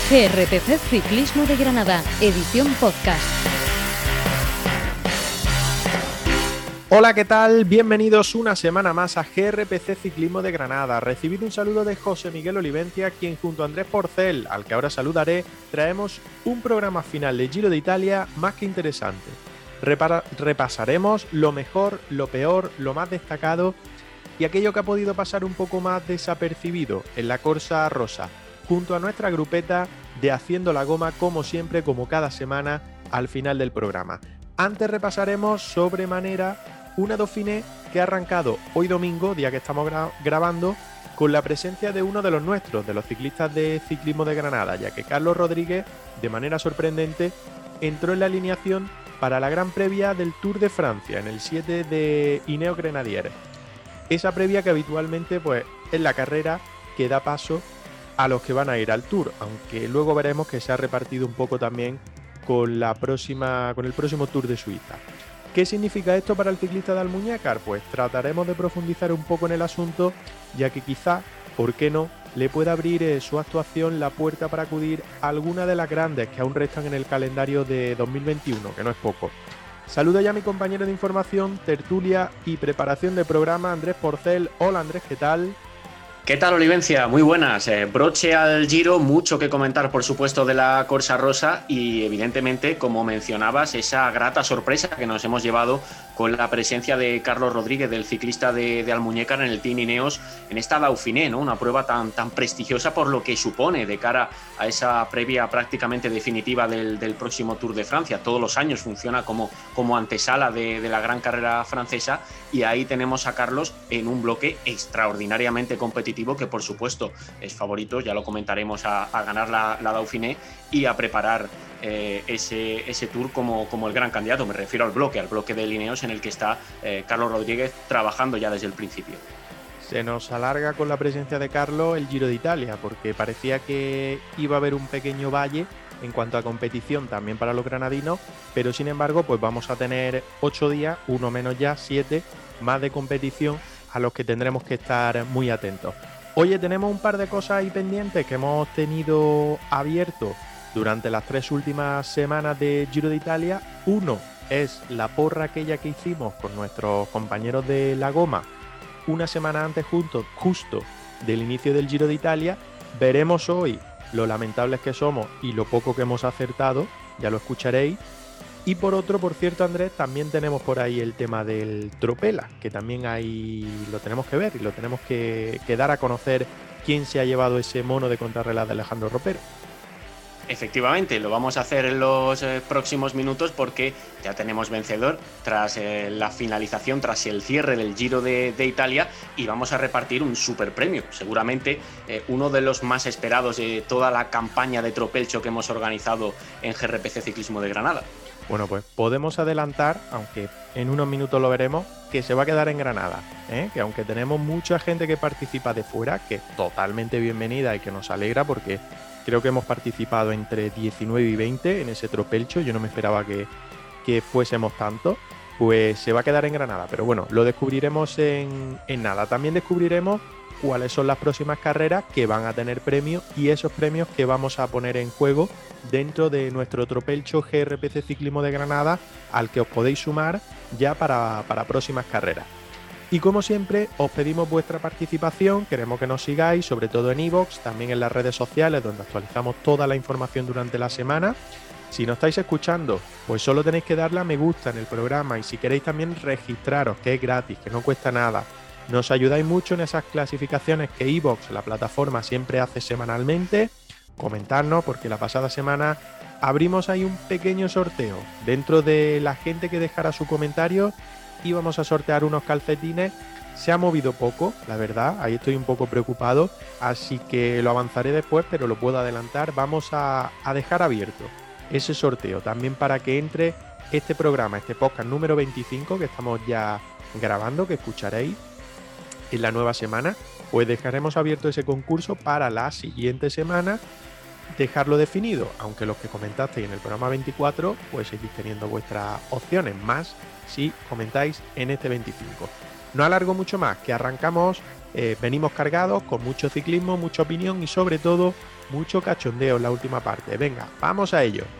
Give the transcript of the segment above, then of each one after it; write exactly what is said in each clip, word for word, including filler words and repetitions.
G R P C Ciclismo de Granada, edición podcast. Hola, ¿qué tal? Bienvenidos una semana más a G R P C Ciclismo de Granada. Recibid un saludo de José Miguel Olivencia, quien junto a Andrés Porcel, al que ahora saludaré, traemos un programa final de Giro de Italia más que interesante. Repara- repasaremos lo mejor, lo peor, lo más destacado y aquello que ha podido pasar un poco más desapercibido en la Corsa Rosa, junto a nuestra grupeta de Haciendo la Goma, como siempre, como cada semana, al final del programa. Antes repasaremos sobremanera una Dauphiné que ha arrancado hoy domingo, día que estamos gra- grabando, con la presencia de uno de los nuestros, de los ciclistas de Ciclismo de Granada, ya que Carlos Rodríguez, de manera sorprendente, entró en la alineación para la gran previa del Tour de Francia, en el siete de Ineos Grenadiers. Esa previa que habitualmente pues, es la carrera que da paso a los que van a ir al Tour, aunque luego veremos que se ha repartido un poco también con, la próxima, con el próximo Tour de Suiza. ¿Qué significa esto para el ciclista de Almuñécar? Pues trataremos de profundizar un poco en el asunto, ya que quizá, ¿por qué no?, le pueda abrir eh, su actuación la puerta para acudir a alguna de las grandes que aún restan en el calendario de dos mil veintiuno, que no es poco. Saludo ya a mi compañero de información, tertulia y preparación de programa, Andrés Porcel. Hola Andrés, ¿qué tal? ¿Qué tal, Olivencia? Muy buenas. Eh, broche al Giro, mucho que comentar, por supuesto, de la Corsa Rosa y, evidentemente, como mencionabas, esa grata sorpresa que nos hemos llevado con la presencia de Carlos Rodríguez, del ciclista de, de Almuñécar, en el Team Ineos, en esta Dauphiné, ¿no? Una prueba tan, tan prestigiosa por lo que supone de cara a esa previa prácticamente definitiva del, del próximo Tour de Francia. Todos los años funciona como, como antesala de, de la gran carrera francesa, y ahí tenemos a Carlos en un bloque extraordinariamente competitivo, que por supuesto es favorito, ya lo comentaremos, a, a ganar la, la Dauphiné y a preparar eh, ese, ese Tour como, como el gran candidato. Me refiero al bloque, al bloque de Ineos en el que está eh, Carlos Rodríguez trabajando ya desde el principio. Se nos alarga con la presencia de Carlos el Giro de Italia, porque parecía que iba a haber un pequeño valle en cuanto a competición también para los granadinos, pero sin embargo pues vamos a tener ocho días, uno menos ya, siete más de competición a los que tendremos que estar muy atentos. Oye, tenemos un par de cosas ahí pendientes que hemos tenido abierto durante las tres últimas semanas de Giro de Italia. Uno es la porra aquella que hicimos con nuestros compañeros de La Goma una semana antes justo, justo del inicio del Giro de Italia. Veremos hoy lo lamentables que somos y lo poco que hemos acertado, ya lo escucharéis. Y por otro, por cierto, Andrés, también tenemos por ahí el tema del Tropela, que también ahí lo tenemos que ver y lo tenemos que, que dar a conocer quién se ha llevado ese mono de contrarreloj de Alejandro Ropero. Efectivamente, lo vamos a hacer en los eh, próximos minutos, porque ya tenemos vencedor tras eh, la finalización, tras el cierre del Giro de, de Italia, y vamos a repartir un super premio, seguramente eh, uno de los más esperados de toda la campaña de Tropelcho que hemos organizado en G R P C Ciclismo de Granada. Bueno, pues podemos adelantar, aunque en unos minutos lo veremos, que se va a quedar en Granada, ¿eh? Que aunque tenemos mucha gente que participa de fuera, que es totalmente bienvenida y que nos alegra, porque creo que hemos participado entre diecinueve y veinte en ese Tropelcho, yo no me esperaba que, que fuésemos tanto, pues se va a quedar en Granada. Pero bueno, lo descubriremos en, en nada. También descubriremos cuáles son las próximas carreras que van a tener premios y esos premios que vamos a poner en juego dentro de nuestro Tropelcho G R P C Ciclismo de Granada, al que os podéis sumar ya para, para próximas carreras. Y como siempre, os pedimos vuestra participación, queremos que nos sigáis, sobre todo en iVoox, también en las redes sociales, donde actualizamos toda la información durante la semana. Si nos estáis escuchando, pues solo tenéis que darle a me gusta en el programa, y si queréis también registraros, que es gratis, que no cuesta nada. Nos ayudáis mucho en esas clasificaciones que iVoox, la plataforma, siempre hace semanalmente. Comentarnos, porque la pasada semana abrimos ahí un pequeño sorteo. Dentro de la gente que dejara su comentario, íbamos a sortear unos calcetines. Se ha movido poco, la verdad, ahí estoy un poco preocupado, así que lo avanzaré después, pero lo puedo adelantar. Vamos a, a dejar abierto ese sorteo también para que entre este programa, este podcast número veinticinco que estamos ya grabando, que escucharéis en la nueva semana. Pues dejaremos abierto ese concurso para la siguiente semana, dejarlo definido, aunque los que comentasteis en el programa veinticuatro pues seguís teniendo vuestras opciones, más si comentáis en este veinticinco. No alargo mucho más, que arrancamos, eh, venimos cargados con mucho ciclismo, mucha opinión y sobre todo mucho cachondeo en la última parte. Venga, vamos a ello.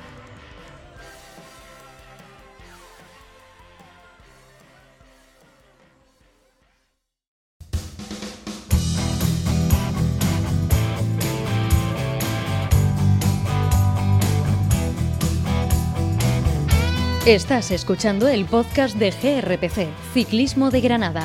Estás escuchando el podcast de G R P C, Ciclismo de Granada.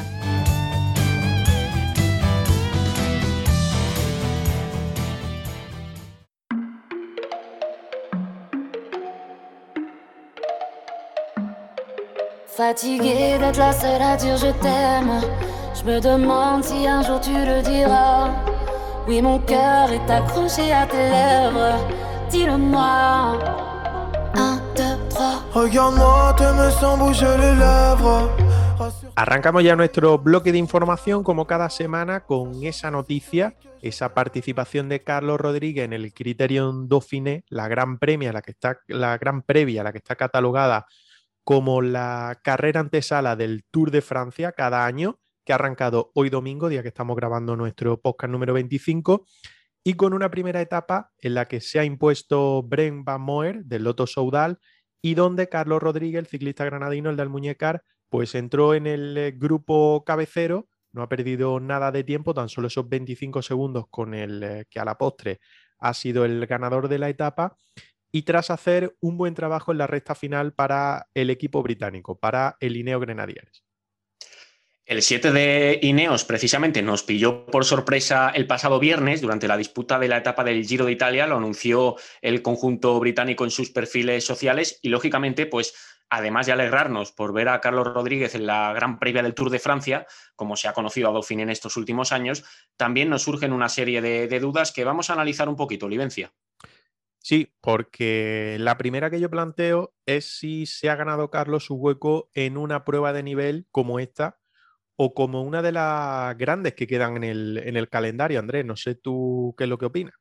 Fatigué d'être la seule à dire je t'aime. Je me demande si un jour tu le diras. Oui, mon cœur est accroché à tes lèvres. Dis-le-moi. Un, deux, trois. Regarde-moi, t'aimes sans bouger les lèvres. Arrancamos ya nuestro bloque de información como cada semana con esa noticia, esa participación de Carlos Rodríguez en el Criterium Dauphiné, la gran premia, la que está, la gran previa, la que está catalogada como la carrera antesala del Tour de Francia cada año, que ha arrancado hoy domingo, día que estamos grabando nuestro podcast número veinticinco, y con una primera etapa en la que se ha impuesto Brent Van Moer del Lotto Soudal y donde Carlos Rodríguez, el ciclista granadino, el de Almuñécar, pues entró en el grupo cabecero, no ha perdido nada de tiempo, tan solo esos veinticinco segundos con el eh, que a la postre ha sido el ganador de la etapa. Y tras hacer un buen trabajo en la recta final para el equipo británico, para el Ineos Grenadiers. El siete de Ineos precisamente nos pilló por sorpresa el pasado viernes durante la disputa de la etapa del Giro de Italia, lo anunció el conjunto británico en sus perfiles sociales y lógicamente pues además de alegrarnos por ver a Carlos Rodríguez en la gran previa del Tour de Francia, como se ha conocido a Dauphiné en estos últimos años, también nos surgen una serie de, de dudas que vamos a analizar un poquito, Olivencia. Sí, porque la primera que yo planteo es si se ha ganado Carlos su hueco en una prueba de nivel como esta o como una de las grandes que quedan en el, en el calendario. Andrés, no sé tú qué es lo que opinas.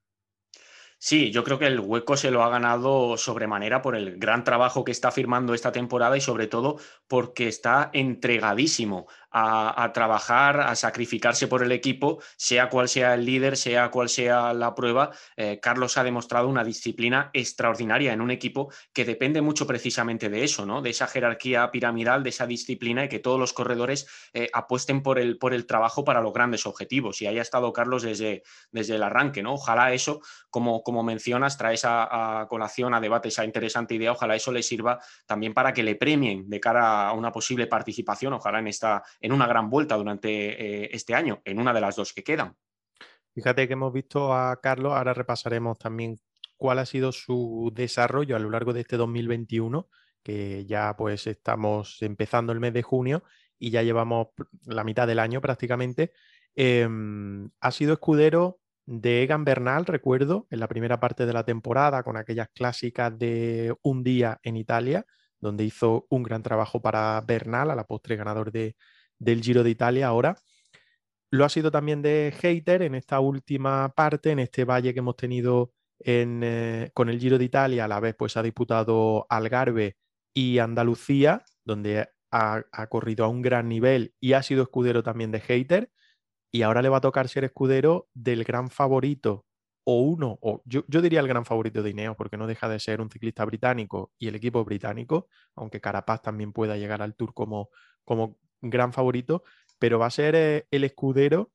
Sí, yo creo que el hueco se lo ha ganado sobremanera por el gran trabajo que está firmando esta temporada y sobre todo porque está entregadísimo a, a trabajar, a sacrificarse por el equipo, sea cual sea el líder, sea cual sea la prueba. Eh, Carlos ha demostrado una disciplina extraordinaria en un equipo que depende mucho precisamente de eso, ¿no? De esa jerarquía piramidal, de esa disciplina y que todos los corredores eh, apuesten por el, por el trabajo para los grandes objetivos. Y ahí ha estado Carlos desde, desde el arranque, ¿no? Ojalá eso, como, como mencionas, traes a, a colación, a debate esa interesante idea, ojalá eso le sirva también para que le premien de cara a una posible participación, ojalá en esta en una gran vuelta durante eh, este año, en una de las dos que quedan. Fíjate que hemos visto a Carlos, ahora repasaremos también cuál ha sido su desarrollo a lo largo de este dos mil veintiuno, que ya pues estamos empezando el mes de junio y ya llevamos la mitad del año prácticamente. Eh, ha sido escudero de Egan Bernal, recuerdo, en la primera parte de la temporada, con aquellas clásicas de un día en Italia, donde hizo un gran trabajo para Bernal, a la postre ganador de del Giro de Italia ahora. Lo ha sido también de Hayter en esta última parte, en este valle que hemos tenido en, eh, con el Giro de Italia. A la vez pues ha disputado Algarve y Andalucía, donde ha, ha corrido a un gran nivel y ha sido escudero también de Hayter. Y ahora le va a tocar ser escudero del gran favorito, o uno, o yo, yo diría el gran favorito de Ineos, porque no deja de ser un ciclista británico y el equipo británico, aunque Carapaz también pueda llegar al Tour como, como gran favorito, pero va a ser eh, el escudero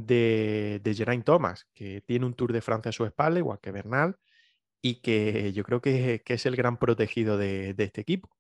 de, de Geraint Thomas, que tiene un Tour de Francia a su espalda, igual que Bernal, y que yo creo que, que es el gran protegido de, de este equipo.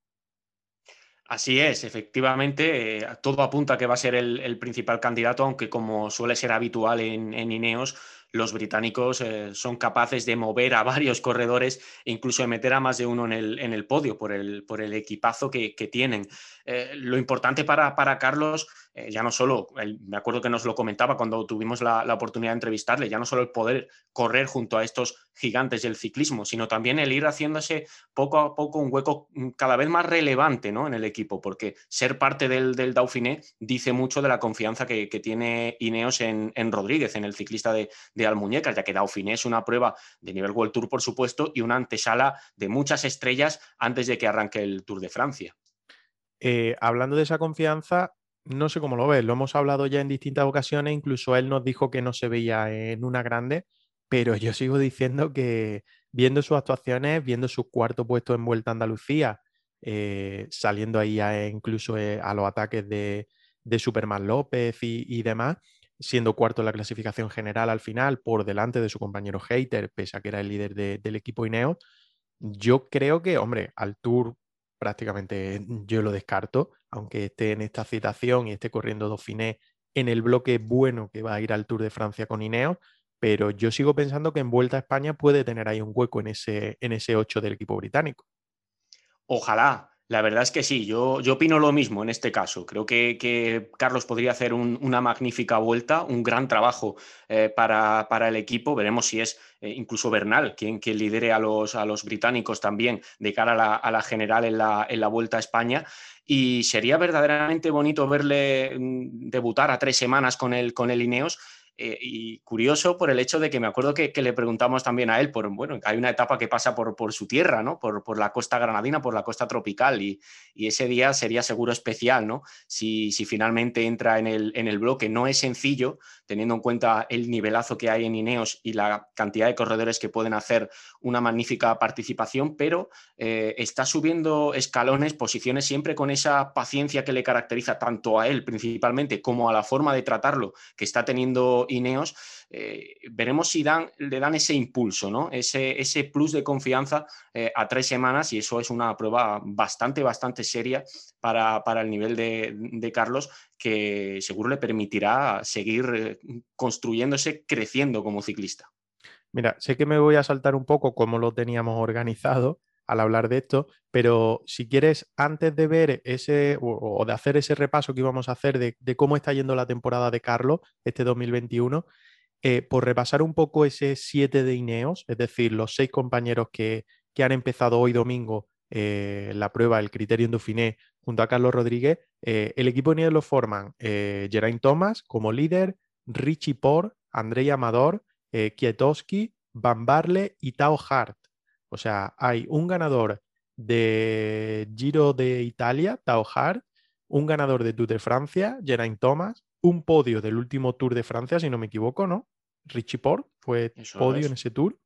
Así es, efectivamente, eh, todo apunta a que va a ser el, el principal candidato, aunque como suele ser habitual en, en Ineos, los británicos eh, son capaces de mover a varios corredores e incluso de meter a más de uno en el, en el podio por el, por el equipazo que, que tienen. Eh, lo importante para, para Carlos, eh, ya no solo, el, me acuerdo que nos lo comentaba cuando tuvimos la, la oportunidad de entrevistarle, ya no solo el poder correr junto a estos gigantes del ciclismo, sino también el ir haciéndose poco a poco un hueco cada vez más relevante, ¿no?, en el equipo, porque ser parte del, del Dauphiné dice mucho de la confianza que, que tiene Ineos en, en Rodríguez, en el ciclista de, de Almuñécar, ya que Dauphiné es una prueba de nivel World Tour, por supuesto, y una antesala de muchas estrellas antes de que arranque el Tour de Francia. Eh, hablando de esa confianza, no sé cómo lo ves, lo hemos hablado ya en distintas ocasiones, incluso él nos dijo que no se veía en una grande, pero yo sigo diciendo que viendo sus actuaciones, viendo su cuarto puesto en Vuelta a Andalucía, eh, saliendo ahí a, incluso eh, a los ataques de, de Superman López y, y demás, siendo cuarto en la clasificación general al final, por delante de su compañero Hater, pese a que era el líder de, del equipo Ineos, yo creo que, hombre, al Tour prácticamente yo lo descarto, aunque esté en esta citación y esté corriendo Dauphiné en el bloque bueno que va a ir al Tour de Francia con Ineos, pero yo sigo pensando que en Vuelta a España puede tener ahí un hueco en ese, en ese ocho del equipo británico. Ojalá, la verdad es que sí, yo, yo opino lo mismo en este caso. Creo que, que Carlos podría hacer un, una magnífica vuelta, un gran trabajo eh, para, para el equipo. Veremos si es eh, incluso Bernal quien, quien lidere a los, a los británicos también de cara a la, a la general en la, en la Vuelta a España. Y sería verdaderamente bonito verle mm, debutar a tres semanas con el, con el Ineos. Eh, y curioso por el hecho de que me acuerdo que, que le preguntamos también a él, por, bueno, hay una etapa que pasa por, por su tierra, ¿no? Por, por la costa granadina, por la costa tropical, y, y ese día sería seguro especial, ¿no? Si, si finalmente entra en el, en el bloque. No es sencillo, teniendo en cuenta el nivelazo que hay en Ineos y la cantidad de corredores que pueden hacer una magnífica participación, pero eh, está subiendo escalones, posiciones, siempre con esa paciencia que le caracteriza tanto a él principalmente como a la forma de tratarlo que está teniendo Ineos. Eh, veremos si dan, le dan ese impulso, ¿no? ese, ese plus de confianza eh, a tres semanas, y eso es una prueba bastante, bastante seria para, para el nivel de, de Carlos, que seguro le permitirá seguir eh, construyéndose, creciendo como ciclista. Mira, sé que me voy a saltar un poco cómo lo teníamos organizado al hablar de esto, pero si quieres, antes de ver ese o, o de hacer ese repaso que íbamos a hacer de, de cómo está yendo la temporada de Carlos este dos mil veintiuno, eh, por repasar un poco ese siete de Ineos, es decir, los seis compañeros que, que han empezado hoy domingo eh, la prueba, el Criterium Dauphiné, junto a Carlos Rodríguez, eh, el equipo Ineos lo forman eh, Geraint Thomas como líder, Richie Porte, Andrei Amador, eh, Kwiatkowski, Van Barle y Tao Hart. O sea, hay un ganador de Giro de Italia, Tao Hart, un ganador de Tour de Francia, Geraint Thomas, un podio del último Tour de Francia, si no me equivoco, ¿no? Richie Porte fue Eso podio es. en ese Tour.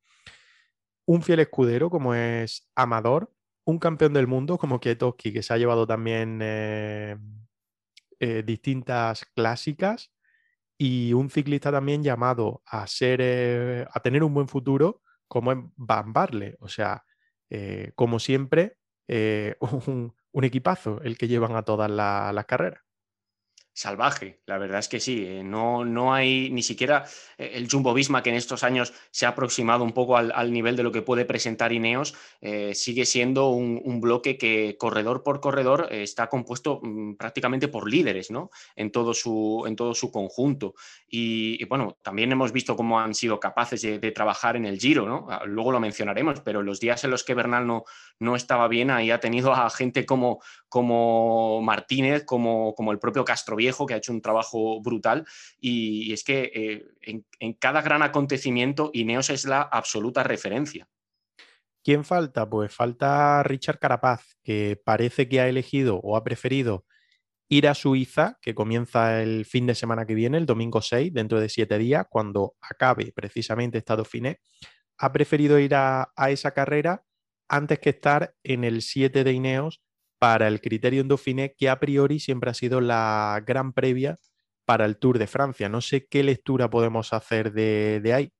Un fiel escudero como es Amador, un campeón del mundo como Kwiatkowski, que se ha llevado también eh, eh, distintas clásicas, y un ciclista también llamado a ser eh, a tener un buen futuro como es Van Barle. O sea, eh, como siempre, eh, un, un, equipazo el que llevan a todas la, las carreras. Salvaje, la verdad es que sí, eh, no, no hay ni siquiera eh, el Jumbo-Visma, que en estos años se ha aproximado un poco al, al nivel de lo que puede presentar Ineos, eh, sigue siendo un, un bloque que corredor por corredor eh, está compuesto mm, prácticamente por líderes, ¿no? En todo su, en todo su conjunto. Y, y bueno, también hemos visto cómo han sido capaces de, de trabajar en el Giro, ¿no? Luego lo mencionaremos, pero los días en los que Bernal no, no estaba bien, ahí ha tenido a gente como, como Martínez, como, como el propio Castroviejo, que ha hecho un trabajo brutal. Y, y es que eh, en, en cada gran acontecimiento Ineos es la absoluta referencia. ¿Quién falta? Pues falta Richard Carapaz, que parece que ha elegido o ha preferido ir a Suiza, que comienza el fin de semana que viene, el domingo seis, dentro de siete días, cuando acabe precisamente esta Dauphiné. Ha preferido ir a, a esa carrera antes que estar en el siete de Ineos para el Criterium Dauphiné, que a priori siempre ha sido la gran previa para el Tour de Francia. No sé qué lectura podemos hacer de, de ahí.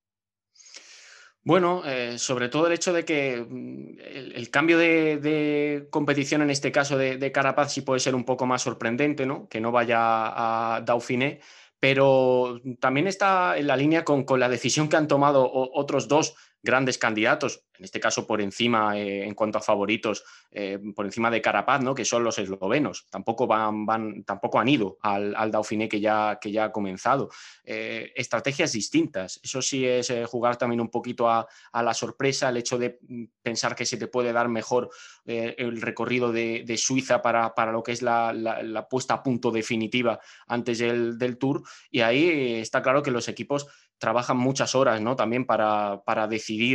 Bueno, eh, sobre todo el hecho de que el, el cambio de, de competición en este caso de, de Carapaz sí puede ser un poco más sorprendente, ¿no? Que no vaya a Dauphiné, pero también está en la línea con, con la decisión que han tomado o, otros dos grandes candidatos, en este caso por encima, eh, en cuanto a favoritos, eh, por encima de Carapaz, ¿no? Que son los eslovenos. Tampoco, van, van, tampoco han ido al, al Dauphiné que ya, que ya ha comenzado. Eh, estrategias distintas. Eso sí es eh, jugar también un poquito a, a la sorpresa, el hecho de pensar que se te puede dar mejor eh, el recorrido de, de Suiza para, para lo que es la, la, la puesta a punto definitiva antes del, del Tour. Y ahí está claro que los equipos trabajan muchas horas, ¿no? También para, para decidir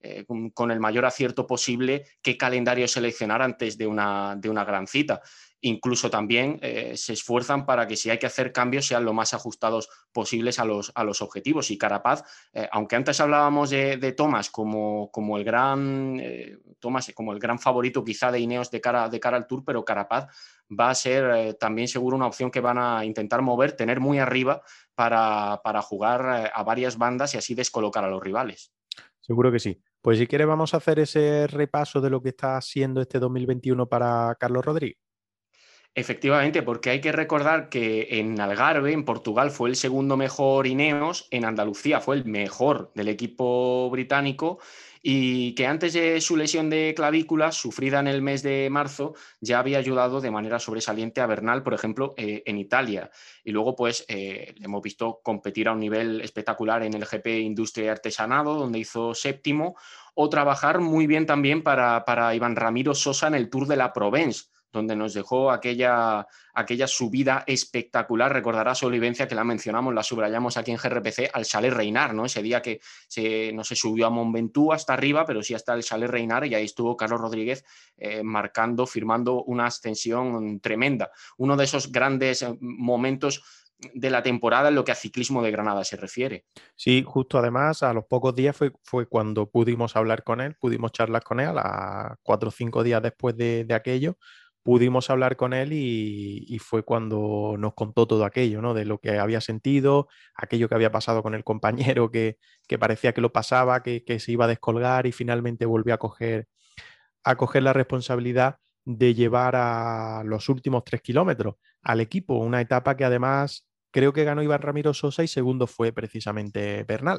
eh, con, con el mayor acierto posible qué calendario seleccionar antes de una, de una gran cita. Incluso también eh, se esfuerzan para que si hay que hacer cambios sean lo más ajustados posibles a los, a los objetivos. Y Carapaz, eh, aunque antes hablábamos de, de Thomas como, como, el gran, eh, Thomas como el gran favorito quizá de Ineos de cara, de cara al Tour, pero Carapaz va a ser eh, también seguro una opción que van a intentar mover, tener muy arriba para, para jugar eh, a varias bandas y así descolocar a los rivales. Seguro que sí. Pues si quieres vamos a hacer ese repaso de lo que está siendo este dos mil veintiuno para Carlos Rodríguez. Efectivamente, porque hay que recordar que en Algarve, en Portugal, fue el segundo mejor Ineos, en Andalucía fue el mejor del equipo británico y que antes de su lesión de clavícula, sufrida en el mes de marzo, ya había ayudado de manera sobresaliente a Bernal, por ejemplo, eh, en Italia. Y luego, pues, eh, le hemos visto competir a un nivel espectacular en el G P Industria y Artesanado, donde hizo séptimo, o trabajar muy bien también para, para Iván Ramiro Sosa en el Tour de la Provence, donde nos dejó aquella, aquella subida espectacular. Recordarás, Olivencia, que la mencionamos, la subrayamos aquí en G R P C, al Chalet Reinar, ¿no? Ese día que se, no se subió a Mont Ventoux hasta arriba, pero sí hasta el Chalet Reinar, y ahí estuvo Carlos Rodríguez eh, marcando, firmando una ascensión tremenda. Uno de esos grandes momentos de la temporada en lo que a ciclismo de Granada se refiere. Sí, justo además, a los pocos días fue, fue cuando pudimos hablar con él, pudimos charlar con él, a las cuatro o cinco días después de, de aquello, pudimos hablar con él y, y fue cuando nos contó todo aquello, ¿no? De lo que había sentido, aquello que había pasado con el compañero, que, que parecía que lo pasaba, que, que se iba a descolgar y finalmente volvió a coger, a coger la responsabilidad de llevar a los últimos tres kilómetros al equipo, una etapa que además creo que ganó Iván Ramiro Sosa y segundo fue precisamente Bernal.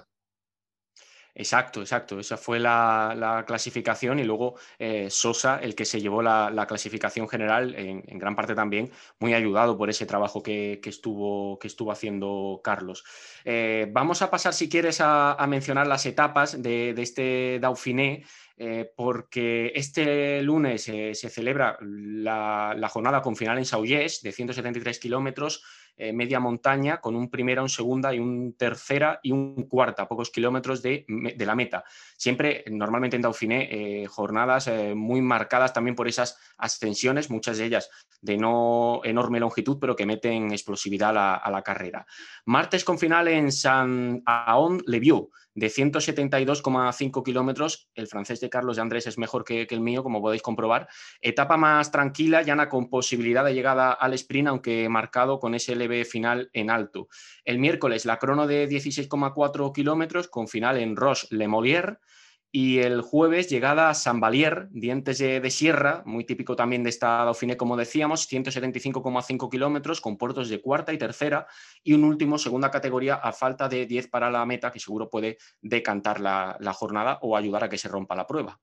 Exacto, exacto. Esa fue la, la clasificación y luego eh, Sosa, el que se llevó la, la clasificación general, en, en gran parte también muy ayudado por ese trabajo que, que, estuvo, que estuvo haciendo Carlos. Eh, vamos a pasar, si quieres, a, a mencionar las etapas de, de este Dauphiné, eh, porque este lunes eh, se celebra la, la jornada con final en Sauyés de ciento setenta y tres kilómetros, Eh, media montaña, con un primera, un segunda y un tercera y un cuarta, a pocos kilómetros de, de la meta. Siempre, normalmente en Dauphiné, eh, jornadas eh, muy marcadas también por esas ascensiones, muchas de ellas de no enorme longitud, pero que meten explosividad a la, a la carrera. Martes con final en Saint-Aon-le-Vieux, de ciento setenta y dos coma cinco kilómetros. El francés de Carlos de Andrés es mejor que, que el mío, como podéis comprobar. Etapa más tranquila, llana, con posibilidad de llegada al sprint, aunque marcado con ese leve final en alto. El miércoles, la crono de dieciséis coma cuatro kilómetros, con final en Roche-le-Molière. Y el jueves, llegada a Saint-Vallier, Dientes de, de Sierra, muy típico también de esta Dauphiné, como decíamos, ciento setenta y cinco coma cinco kilómetros, con puertos de cuarta y tercera, y un último, segunda categoría, a falta de diez para la meta, que seguro puede decantar la, la jornada o ayudar a que se rompa la prueba.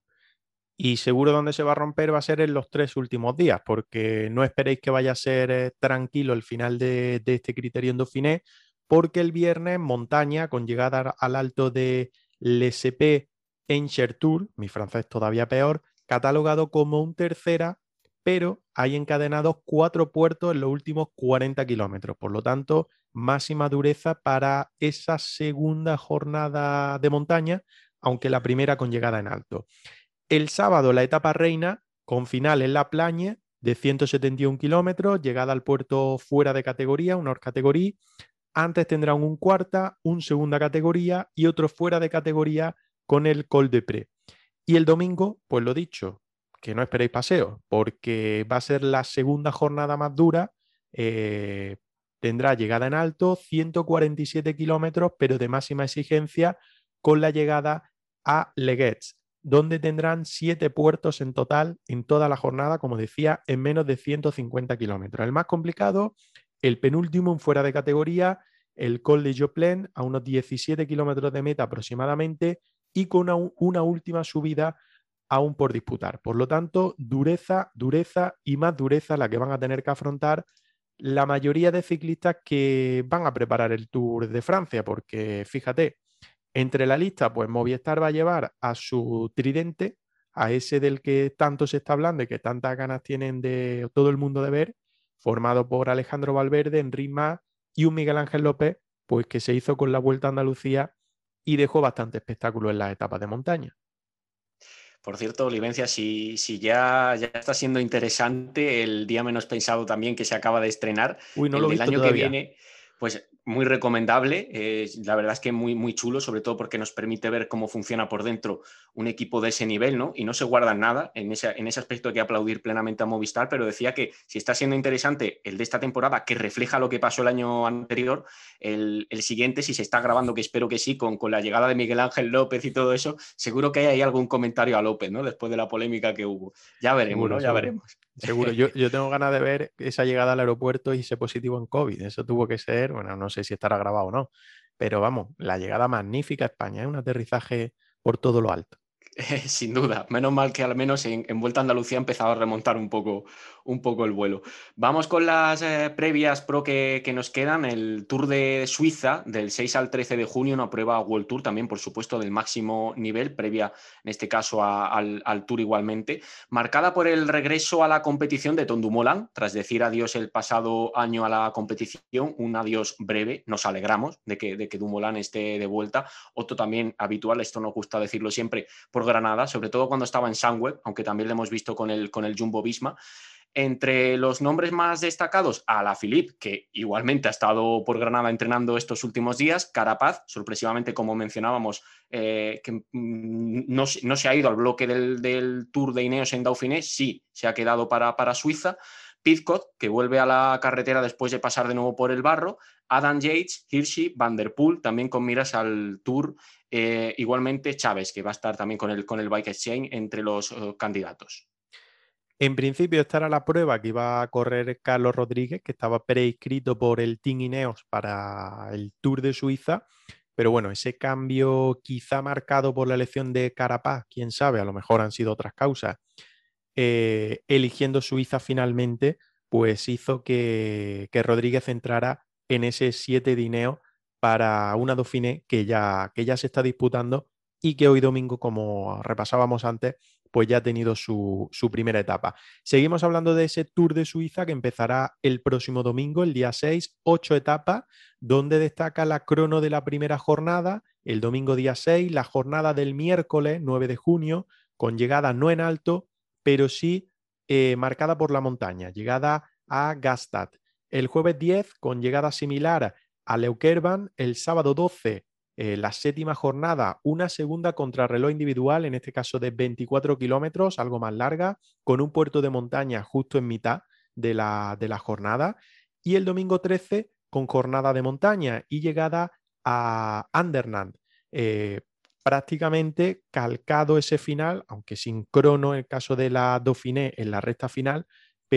Y seguro donde se va a romper va a ser en los tres últimos días, porque no esperéis que vaya a ser eh, tranquilo el final de, de este Criterium Dauphiné, porque el viernes montaña, con llegada al alto de l'E S P en Chertour, mi francés todavía peor, catalogado como un tercera, pero hay encadenados cuatro puertos en los últimos cuarenta kilómetros. Por lo tanto, máxima dureza para esa segunda jornada de montaña, aunque la primera con llegada en alto. El sábado, la etapa reina, con final en La Plagne, de ciento setenta y un kilómetros, llegada al puerto fuera de categoría, una hors categoría. Antes tendrán un cuarta, un segunda categoría y otro fuera de categoría con el Col de Pré. Y el domingo, pues lo dicho, que no esperéis paseo, porque va a ser la segunda jornada más dura. Eh, tendrá llegada en alto, ciento cuarenta y siete kilómetros, pero de máxima exigencia, con la llegada a Le Getz, donde tendrán siete puertos en total en toda la jornada, como decía, en menos de ciento cincuenta kilómetros. El más complicado, el penúltimo en fuera de categoría, el Col de Joplin, a unos diecisiete kilómetros de meta aproximadamente, y con una, una última subida aún por disputar. Por lo tanto, dureza, dureza y más dureza la que van a tener que afrontar la mayoría de ciclistas que van a preparar el Tour de Francia, porque fíjate, entre la lista, pues Movistar va a llevar a su tridente, a ese del que tanto se está hablando y que tantas ganas tienen de todo el mundo de ver, formado por Alejandro Valverde, Enric Mas y un Miguel Ángel López, pues que se hizo con la Vuelta a Andalucía y dejó bastante espectáculo en las etapas de montaña. Por cierto, Olivencia, si, si ya, ya está siendo interesante el día menos pensado también que se acaba de estrenar, Uy, no el lo he del visto año que todavía. viene, pues muy recomendable. Eh, la verdad es que muy, muy chulo, sobre todo porque nos permite ver cómo funciona por dentro un equipo de ese nivel, ¿no? Y no se guardan nada. En ese, en ese aspecto hay que aplaudir plenamente a Movistar, pero decía que si está siendo interesante el de esta temporada, que refleja lo que pasó el año anterior, el, el siguiente, si se está grabando, que espero que sí, con, con la llegada de Miguel Ángel López y todo eso, seguro que hay ahí algún comentario a López, ¿no? Después de la polémica que hubo. Ya veremos, Seguro, ¿no? Ya seguro. veremos. Seguro. Yo, yo tengo ganas de ver esa llegada al aeropuerto y ese positivo en COVID. Eso tuvo que ser, bueno, no sé si estará grabado o no, pero vamos, la llegada magnífica a España, es un aterrizaje por todo lo alto. Sin duda, menos mal que al menos en, en Vuelta a Andalucía ha empezado a remontar un poco, un poco el vuelo. Vamos con las eh, previas pro que, que nos quedan. El Tour de Suiza del seis al trece de junio, una prueba World Tour también, por supuesto, del máximo nivel, previa en este caso a, al, al Tour igualmente, marcada por el regreso a la competición de Tom Dumoulin, tras decir adiós el pasado año a la competición, un adiós breve. Nos alegramos de que, de que Dumoulin esté de vuelta. Otro también habitual, esto nos gusta decirlo siempre, por Granada, sobre todo cuando estaba en Sunweb, aunque también lo hemos visto con el, con el Jumbo Visma. Entre los nombres más destacados, Alaphilippe, que igualmente ha estado por Granada entrenando estos últimos días, Carapaz, sorpresivamente, como mencionábamos, eh, que no, no se ha ido al bloque del, del Tour de Ineos en Dauphiné, sí, se ha quedado para, para Suiza. Pidcock, que vuelve a la carretera después de pasar de nuevo por el barro, Adam Yates, Hirschi, Van der Poel, también con miras al Tour, eh, igualmente Chávez, que va a estar también con el, con el Bike Exchange entre los uh, candidatos. En principio, esta era la prueba que iba a correr Carlos Rodríguez, que estaba preinscrito por el Team Ineos para el Tour de Suiza. Pero bueno, ese cambio quizá marcado por la elección de Carapaz, quién sabe, a lo mejor han sido otras causas, eh, eligiendo Suiza finalmente, pues hizo que, que Rodríguez entrara en ese siete de Ineos para una Dauphiné que ya, que ya se está disputando y que hoy domingo, como repasábamos antes, pues ya ha tenido su, su primera etapa. Seguimos hablando de ese Tour de Suiza que empezará el próximo domingo, el día seis, ocho etapas, donde destaca la crono de la primera jornada, el domingo día seis, la jornada del miércoles nueve de junio, con llegada no en alto, pero sí eh, marcada por la montaña, llegada a Gstaad. El jueves diez, con llegada similar a Leukerbahn, el sábado doce, eh, la séptima jornada, una segunda contrarreloj individual, en este caso de veinticuatro kilómetros, algo más larga, con un puerto de montaña justo en mitad de la, de la jornada. Y el domingo trece, con jornada de montaña y llegada a Andernach. Eh, prácticamente calcado ese final, aunque sin crono en el caso de la Dauphiné en la recta final,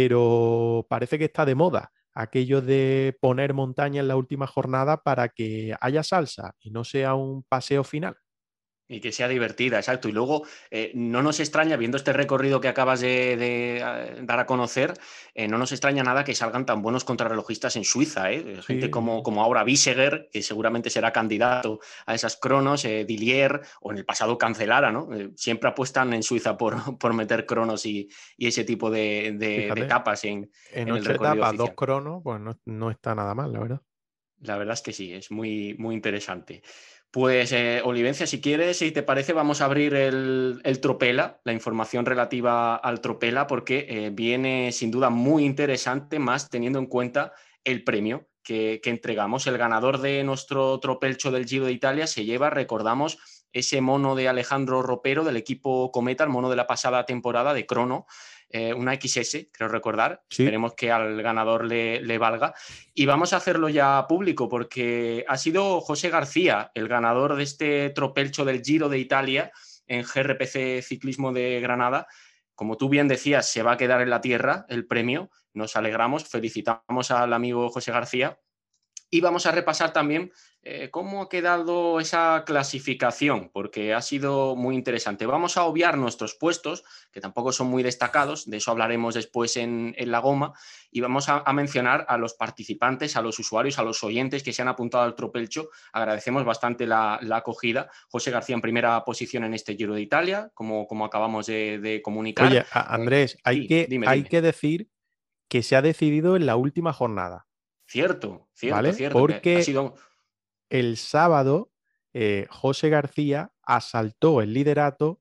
pero parece que está de moda aquello de poner montaña en la última jornada para que haya salsa y no sea un paseo final. Y que sea divertida, exacto. Y luego, eh, no nos extraña, viendo este recorrido que acabas de, de uh, dar a conocer, eh, no nos extraña nada que salgan tan buenos contrarrelojistas en Suiza. ¿eh? Gente Sí, como, sí. como ahora Biseguer, que seguramente será candidato a esas cronos, eh, Dillier, o en el pasado Cancelara, ¿no? Eh, siempre apuestan en Suiza por, por meter cronos y, y ese tipo de, de, de Fíjate, etapas en, en en el ocho recorrido etapas, dos oficial. cronos, pues no, no está nada mal, la verdad. La verdad es que sí, es muy, muy interesante. Pues, eh, Olivencia, si quieres, si te parece, vamos a abrir el, el Tropela, la información relativa al Tropela, porque eh, viene sin duda muy interesante, más teniendo en cuenta el premio que, que entregamos. El ganador de nuestro Tropelcho del Giro de Italia se lleva, recordamos, ese mono de Alejandro Ropero del equipo Cometa, el mono de la pasada temporada de Crono, eh, una X S, creo recordar. Sí. Esperemos que al ganador le, le valga. Y vamos a hacerlo ya público, porque ha sido José García el ganador de este tropelcho del Giro de Italia en G R P C Ciclismo de Granada. Como tú bien decías, se va a quedar en la tierra el premio. Nos alegramos, felicitamos al amigo José García. Y vamos a repasar también eh, cómo ha quedado esa clasificación, porque ha sido muy interesante. Vamos a obviar nuestros puestos, que tampoco son muy destacados, de eso hablaremos después en, en la goma, y vamos a, a mencionar a los participantes, a los usuarios, a los oyentes que se han apuntado al Tropelcho. Agradecemos bastante la, la acogida. José García en primera posición en este Giro de Italia, como, como acabamos de, de comunicar. Oye, a- Andrés, hay, Sí, que, dime, hay dime. que decir que se ha decidido en la última jornada, Cierto, cierto, ¿vale? cierto, que ha Porque sido... el sábado eh, José García asaltó el liderato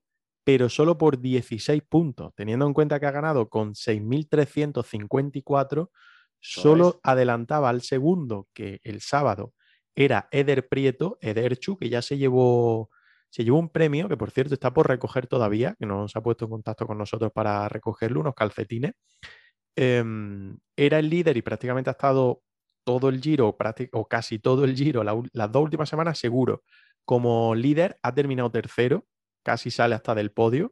pero solo por dieciséis puntos, teniendo en cuenta que ha ganado con seis mil trescientos cincuenta y cuatro, solo es. adelantaba al segundo, que el sábado era Eder Prieto, Ederchu, que ya se llevó, se llevó un premio, que por cierto está por recoger todavía, que no se ha puesto en contacto con nosotros para recogerlo, unos calcetines. Eh, era el líder y prácticamente ha estado todo el Giro, o casi todo el Giro, la, las dos últimas semanas seguro. Como líder ha terminado tercero, casi sale hasta del podio.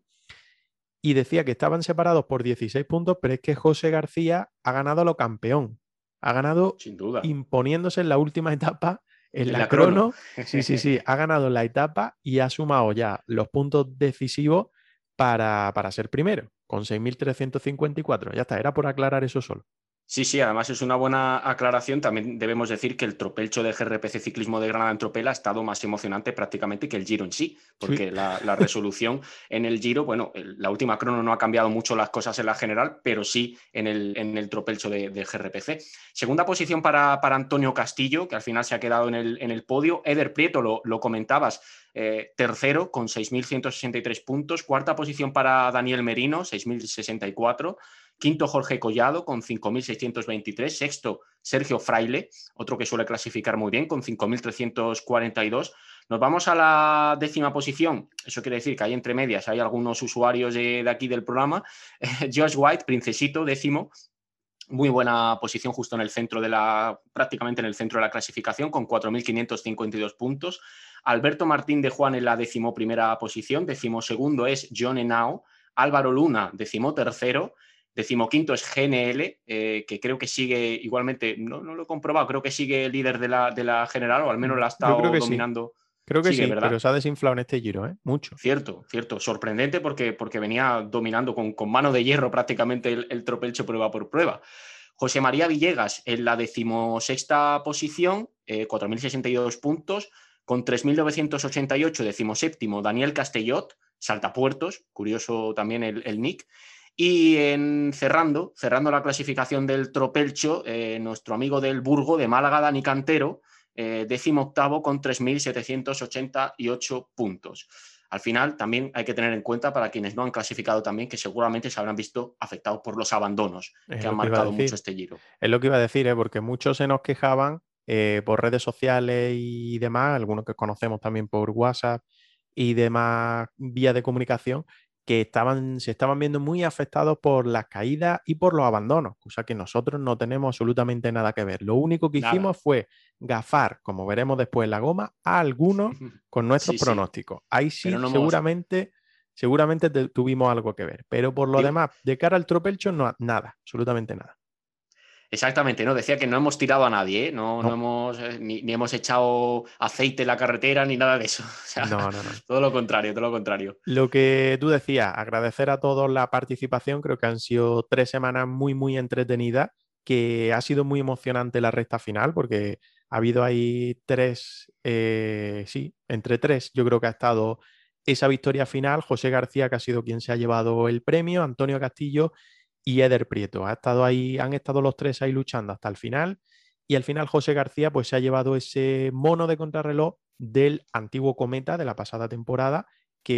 Y decía que estaban separados por dieciséis puntos, pero es que José García ha ganado a lo campeón. Ha ganado Sin duda. imponiéndose en la última etapa, en, en la, la crono. crono. Sí, sí, sí. Ha ganado la etapa y ha sumado ya los puntos decisivos para, para ser primero, con seis mil trescientos cincuenta y cuatro. Ya está, era por aclarar eso solo. Sí, sí, además es una buena aclaración. También debemos decir que el tropelcho de G R P C Ciclismo de Granada en Tropel ha estado más emocionante prácticamente que el Giro en sí, porque sí. la, la resolución en el Giro, bueno, el, la última crono no ha cambiado mucho las cosas en la general, pero sí en el, en el tropelcho de, de G R P C. Segunda posición para, para Antonio Castillo, que al final se ha quedado en el, en el podio. Eder Prieto, lo, lo comentabas, eh, tercero con seis mil ciento sesenta y tres puntos. Cuarta posición para Daniel Merino, seis mil sesenta y cuatro. Quinto, Jorge Collado, con cinco mil seiscientos veintitrés. Sexto, Sergio Fraile, otro que suele clasificar muy bien, con cinco mil trescientos cuarenta y dos. Nos vamos a la décima posición. Eso quiere decir que hay entre medias, hay algunos usuarios de, de aquí del programa. Josh White, Princesito, décimo. Muy buena posición justo en el centro de la, prácticamente en el centro de la clasificación, con cuatro mil quinientos cincuenta y dos puntos. Alberto Martín de Juan en la decimoprimera posición. Decimosegundo es John Henao. Álvaro Luna, decimotercero. Decimoquinto es G N L, eh, que creo que sigue igualmente, no, no lo he comprobado, creo que sigue líder de la, de la general, o al menos la ha estado Yo creo que dominando. Sí. Creo que sigue, sí, ¿verdad? Pero se ha desinflado en este Giro, ¿eh? Mucho. Cierto, cierto. Sorprendente porque, porque venía dominando con, con mano de hierro prácticamente el, el tropelcho prueba por prueba. José María Villegas en la decimosexta posición, eh, cuatro mil sesenta y dos puntos, con tres mil novecientos ochenta y ocho, decimoséptimo, Daniel Castellot, saltapuertos, curioso también el, el nick. Y en, cerrando, cerrando la clasificación del tropelcho, eh, nuestro amigo del Burgo de Málaga, Dani Cantero, eh, décimo octavo con tres mil setecientos ochenta y ocho puntos. Al final también hay que tener en cuenta, para quienes no han clasificado también, que seguramente se habrán visto afectados por los abandonos es que han marcado que mucho este Giro. Es lo que iba a decir, ¿eh? Porque muchos se nos quejaban eh, por redes sociales y demás, algunos que conocemos también por WhatsApp y demás vías de comunicación, que estaban, se estaban viendo muy afectados por las caídas y por los abandonos, cosa que nosotros no tenemos absolutamente nada que ver. Lo único que nada. hicimos fue gafar, como veremos después en la goma, a algunos con nuestros sí, pronósticos. Sí. Ahí sí, no seguramente, hemos... seguramente te, tuvimos algo que ver, pero por lo Digo... demás, de cara al tropelcho, no, nada, absolutamente nada. Exactamente, ¿no? Decía que no hemos tirado a nadie, ¿eh? no, no. no hemos eh, ni, ni hemos echado aceite en la carretera ni nada de eso. O sea, no, no, no. Todo lo contrario, todo lo contrario. Lo que tú decías, agradecer a todos la participación, creo que han sido tres semanas muy, muy entretenidas, que ha sido muy emocionante la recta final, porque ha habido ahí tres, eh, sí, entre tres, yo creo que ha estado esa victoria final, José García, que ha sido quien se ha llevado el premio, Antonio Castillo y Eder Prieto. Ha estado ahí, han estado los tres ahí luchando hasta el final y al final José García pues se ha llevado ese mono de contrarreloj del antiguo Cometa de la pasada temporada,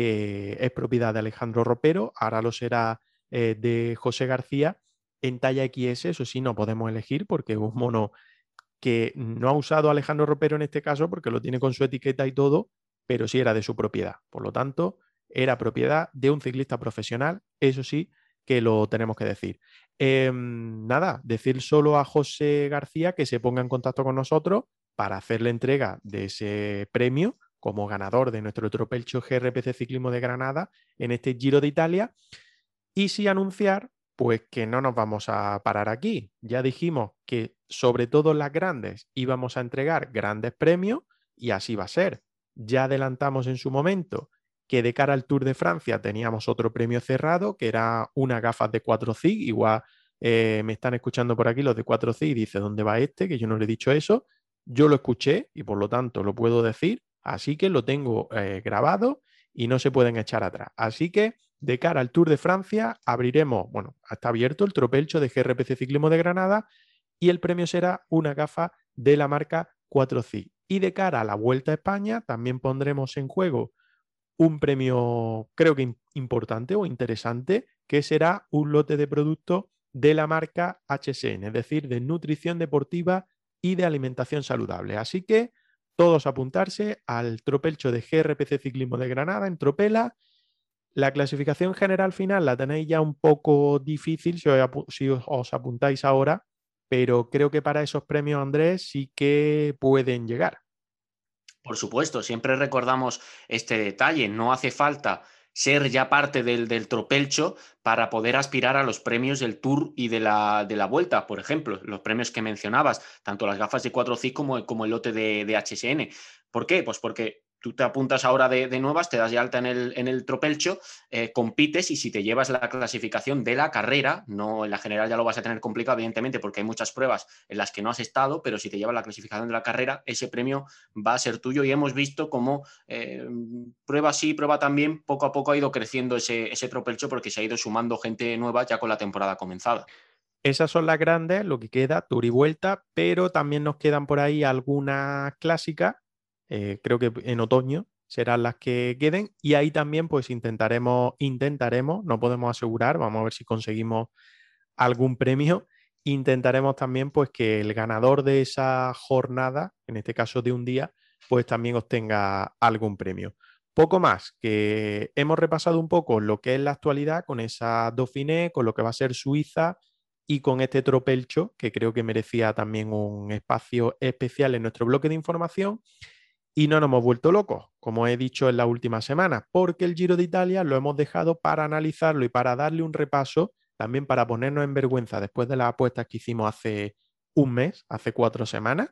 que es propiedad de Alejandro Ropero, ahora lo será eh, de José García en talla equis ese, eso sí no podemos elegir porque es un mono que no ha usado Alejandro Ropero en este caso porque lo tiene con su etiqueta y todo, pero sí era de su propiedad, por lo tanto era propiedad de un ciclista profesional, eso sí que lo tenemos que decir. Eh, nada, decir solo a José García que se ponga en contacto con nosotros para hacer la entrega de ese premio como ganador de nuestro tropelcho G R P C Ciclismo de Granada en este Giro de Italia y sí anunciar pues que no nos vamos a parar aquí. Ya dijimos que sobre todo las grandes íbamos a entregar grandes premios y así va a ser. Ya adelantamos en su momento que de cara al Tour de Francia teníamos otro premio cerrado, que era unas gafas de cuatro C I G. Igual eh, me están escuchando por aquí los de cuatro C I G y dice, ¿dónde va este? Que yo no le he dicho eso. Yo lo escuché y por lo tanto lo puedo decir, así que lo tengo eh, grabado y no se pueden echar atrás. Así que de cara al Tour de Francia abriremos, bueno, está abierto el tropelcho de G R P C Ciclismo de Granada y el premio será una gafa de la marca cuatro C I G. Y de cara a la Vuelta a España también pondremos en juego un premio, creo que importante o interesante, que será un lote de productos de la marca H S N, es decir, de nutrición deportiva y de alimentación saludable. Así que todos apuntarse al Tropelcho de G R P C Ciclismo de Granada en Tropela. La clasificación general final la tenéis ya un poco difícil si os, si os apuntáis ahora, pero creo que para esos premios, Andrés, sí que pueden llegar. Por supuesto, siempre recordamos este detalle, no hace falta ser ya parte del, del Tropelcho para poder aspirar a los premios del Tour y de la, de la Vuelta, por ejemplo, los premios que mencionabas, tanto las gafas de cuatro C como, como el lote de, de H S N. ¿Por qué? Pues porque tú te apuntas ahora de, de nuevas, te das de alta en el, en el Tropelcho, eh, compites y si te llevas la clasificación de la carrera, no en la general ya lo vas a tener complicado, evidentemente, porque hay muchas pruebas en las que no has estado, pero si te llevas la clasificación de la carrera, ese premio va a ser tuyo y hemos visto cómo eh, prueba sí, prueba también, poco a poco ha ido creciendo ese, ese Tropelcho porque se ha ido sumando gente nueva ya con la temporada comenzada. Esas son las grandes, lo que queda, Tour y Vuelta, pero también nos quedan por ahí algunas clásicas, eh, creo que en otoño serán las que queden y ahí también pues intentaremos, intentaremos, no podemos asegurar, vamos a ver si conseguimos algún premio, intentaremos también pues que el ganador de esa jornada, en este caso de un día, pues también obtenga algún premio. Poco más, que hemos repasado un poco lo que es la actualidad con esa Dauphiné, con lo que va a ser Suiza y con este Tropelcho, que creo que merecía también un espacio especial en nuestro bloque de información. Y no nos hemos vuelto locos, como he dicho en la última semana, porque el Giro de Italia lo hemos dejado para analizarlo y para darle un repaso, también para ponernos en vergüenza después de las apuestas que hicimos hace un mes, hace cuatro semanas,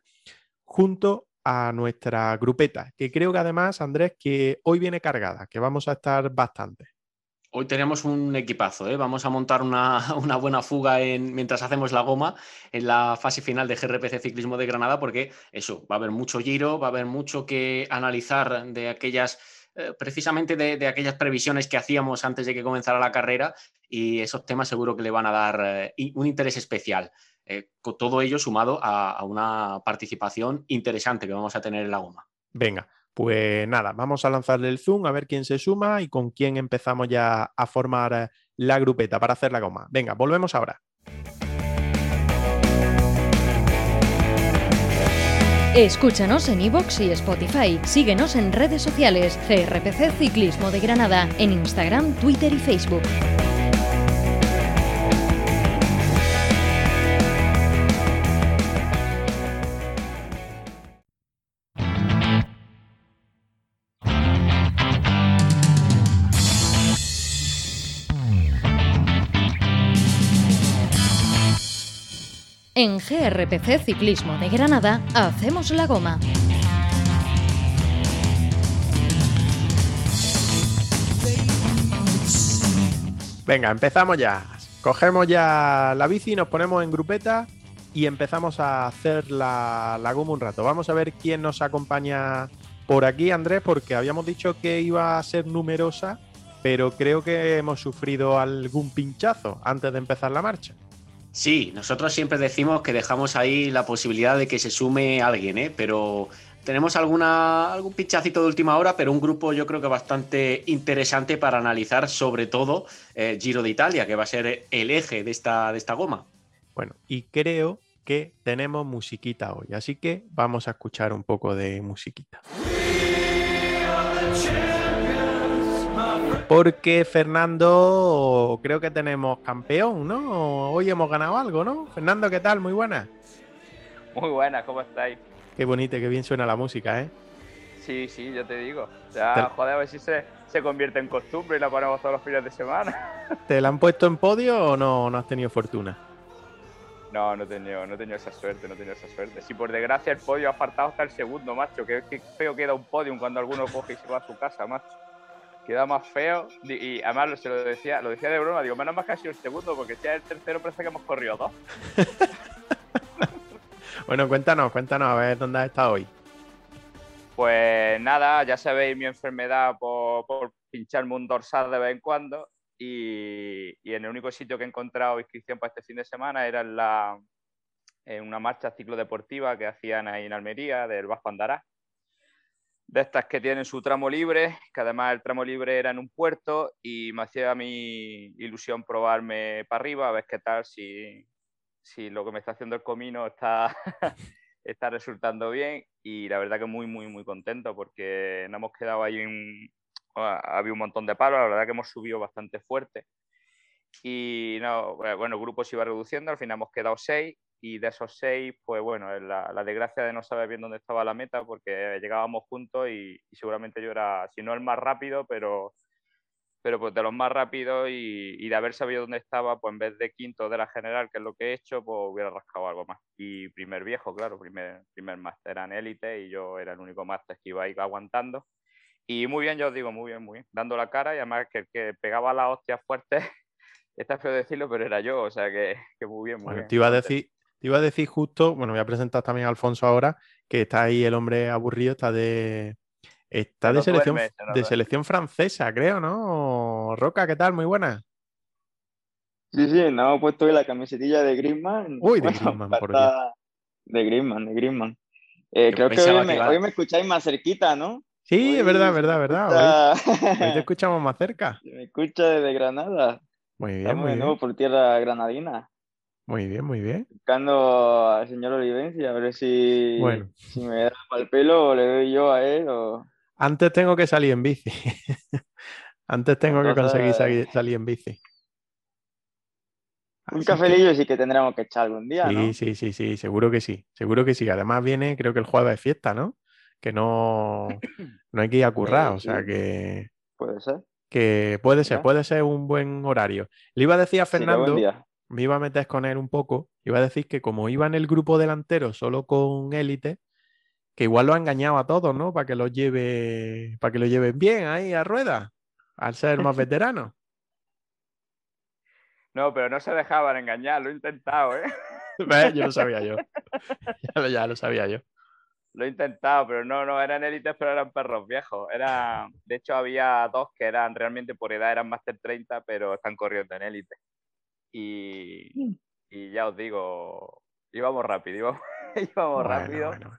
junto a nuestra grupeta, que creo que además, Andrés, que hoy viene cargada, que vamos a estar bastante. Hoy tenemos un equipazo, ¿eh? Vamos a montar una, una buena fuga en, mientras hacemos la goma en la fase final de G R P C Ciclismo de Granada, porque eso, va a haber mucho giro, va a haber mucho que analizar de aquellas, eh, precisamente de, de aquellas previsiones que hacíamos antes de que comenzara la carrera y esos temas seguro que le van a dar eh, un interés especial. Eh, con todo ello sumado a, a una participación interesante que vamos a tener en la goma. Venga. Pues nada, vamos a lanzarle el zoom a ver quién se suma y con quién empezamos ya a formar la grupeta para hacer la goma. Venga, volvemos ahora. Escúchanos en iVoox y Spotify. Síguenos en redes sociales. G R P C Ciclismo de Granada en Instagram, Twitter y Facebook. En G R P C Ciclismo de Granada hacemos la goma. Venga, empezamos ya. Cogemos ya la bici, nos ponemos en grupeta y empezamos a hacer la, la goma un rato. Vamos a ver quién nos acompaña por aquí, Andrés, porque habíamos dicho que iba a ser numerosa, pero creo que hemos sufrido algún pinchazo antes de empezar la marcha. Sí, nosotros siempre decimos que dejamos ahí la posibilidad de que se sume alguien, ¿eh? Pero tenemos alguna, algún pinchacito de última hora, pero un grupo yo creo que bastante interesante para analizar, sobre todo eh, Giro de Italia, que va a ser el eje de esta, de esta goma. Bueno, y creo que tenemos musiquita hoy, así que vamos a escuchar un poco de musiquita. Porque Fernando, creo que tenemos campeón, ¿no? Hoy hemos ganado algo, ¿no? Fernando, ¿qué tal? Muy buena. Muy buena, ¿cómo estáis? Qué bonita, qué bien suena la música, ¿eh? Sí, sí, yo te digo. Ya, te... joder, a ver si se, se convierte en costumbre y la ponemos todos los fines de semana. ¿Te la han puesto en podio o no, no has tenido fortuna? No, no he tenido, no he tenido esa suerte, no he tenido esa suerte. Si por desgracia el podio ha faltado hasta el segundo, macho, que, que feo queda un podium cuando alguno coge y se va a su casa, macho. Queda más feo y además se lo decía, lo decía de broma, digo, menos mal que ha sido el segundo, porque si es el tercero parece que hemos corrido dos. Bueno, cuéntanos, cuéntanos, a ver dónde has estado hoy. Pues nada, ya sabéis mi enfermedad por, por pincharme un dorsal de vez en cuando y, y en el único sitio que he encontrado inscripción para este fin de semana era en, la, en una marcha ciclodeportiva que hacían ahí en Almería, del Bajo Andarás. de estas que tienen su tramo libre, que además el tramo libre era en un puerto y me hacía a mí ilusión probarme para arriba, a ver qué tal, si, si lo que me está haciendo el comino está, está resultando bien y la verdad que muy, muy, muy contento porque nos hemos quedado ahí en... Había un montón de palos, la verdad que hemos subido bastante fuerte y no, bueno, el grupo se iba reduciendo, al final hemos quedado seis y de esos seis, pues bueno, la, la desgracia de no saber bien dónde estaba la meta porque llegábamos juntos y, y seguramente yo era, si no el más rápido, pero, pero pues de los más rápidos y, y de haber sabido dónde estaba, pues en vez de quinto de la general, que es lo que he hecho, pues hubiera rascado algo más. Y primer viejo, claro, primer, primer máster era en élite y yo era el único máster que iba a ir aguantando. Y muy bien, yo os digo, muy bien, muy bien, dando la cara y además que el que pegaba las hostias fuertes, está feo decirlo, pero era yo, o sea que, que muy bien, muy Bueno, bien. te iba a decir, te iba a decir justo, bueno, voy a presentar también a Alfonso ahora, que está ahí el hombre aburrido, está de está Se de nos selección duerme, se nos de duerme. selección francesa, creo, ¿no? Roca, ¿qué tal? Muy buena. Sí, sí, nos hemos puesto hoy la camisetilla de Griezmann. Uy, de Bueno, Griezmann, para por Dios. estar de Griezmann, de Griezmann. Eh, Yo creo que hoy pensaba que me, iba. hoy me escucháis más cerquita, ¿no? Sí, es verdad, Hoy es se me verdad, es verdad. Hoy, escucha, hoy te escuchamos más cerca. se me escucha desde Granada. Muy bien, Estamos muy de nuevo bien. por tierra granadina, Muy bien, muy bien. buscando al señor Olivencia, a ver si, Bueno, si me da para el pelo o le doy yo a él. O... antes tengo que salir en bici. Antes tengo que conseguir Entonces, salir, salir en bici. un Así que cafelillo sí que tendremos que echar algún día, sí, ¿no? sí, sí, sí, seguro que sí. Seguro que sí. Además viene, creo que el jueves de fiesta, ¿no? Que no, no hay que ir a currar. Eh, O sea sí, que, puede ser. que puede ser, Mira, puede ser un buen horario. Le iba a decir a sería buen Fernando, día. me iba a meter con él un poco, iba a decir que como iba en el grupo delantero solo con élite, que igual lo ha engañado a todos, ¿no? Para que lo lleve, para que lo lleven bien ahí a rueda, al ser más veterano. No, pero no se dejaban engañar, lo he intentado, ¿eh? ¿Ves? Yo lo sabía yo. Ya lo, ya lo sabía yo. Lo he intentado, pero no, no eran élites, pero eran perros viejos. Era, de hecho, había dos que eran realmente por edad, eran Master treinta, pero están corriendo en élite. Y, y ya os digo, íbamos rápido, íbamos, íbamos Bueno, rápido bueno.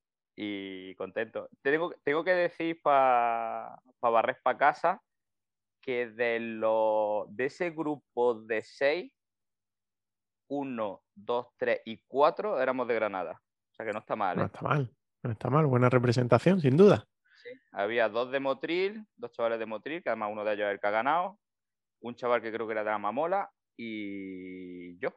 y contento. Tengo, tengo que decir para pa barrer para casa que de, lo, de ese grupo de seis, uno, dos, tres y cuatro éramos de Granada. O sea que no está mal, No ¿eh? está mal. No está mal. Buena representación, sin duda. Sí. Había dos de Motril, dos chavales de Motril, que además uno de ellos es el que ha ganado, un chaval que creo que era de la Mamola y yo.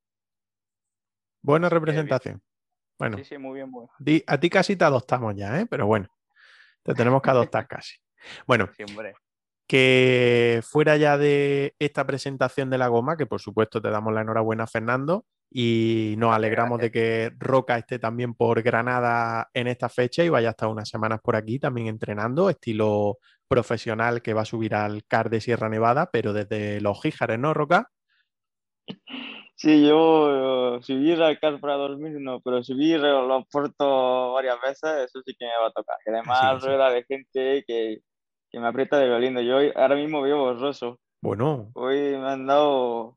Buena Así que bien. representación. Bueno, Sí, sí, muy bien, muy bien. di- a ti casi te adoptamos ya, ¿eh? Pero bueno, te tenemos que adoptar casi. Bueno, Sí, hombre. que fuera ya de esta presentación de la goma, que por supuesto te damos la enhorabuena, Fernando, y nos Gracias, alegramos de gracias. que Roca esté también por Granada en esta fecha y vaya a estar unas semanas por aquí también entrenando, estilo profesional que va a subir al C A R de Sierra Nevada, pero desde los Gíjares, ¿no, Roca? Sí, yo eh, subir al carro para dormir, no, pero subir eh, los puertos varias veces, eso sí que me va a tocar. Y Así, además, así. rueda de gente que, que me aprieta de lo lindo. Yo hoy- ahora mismo veo borroso. Bueno, Hoy me han dado.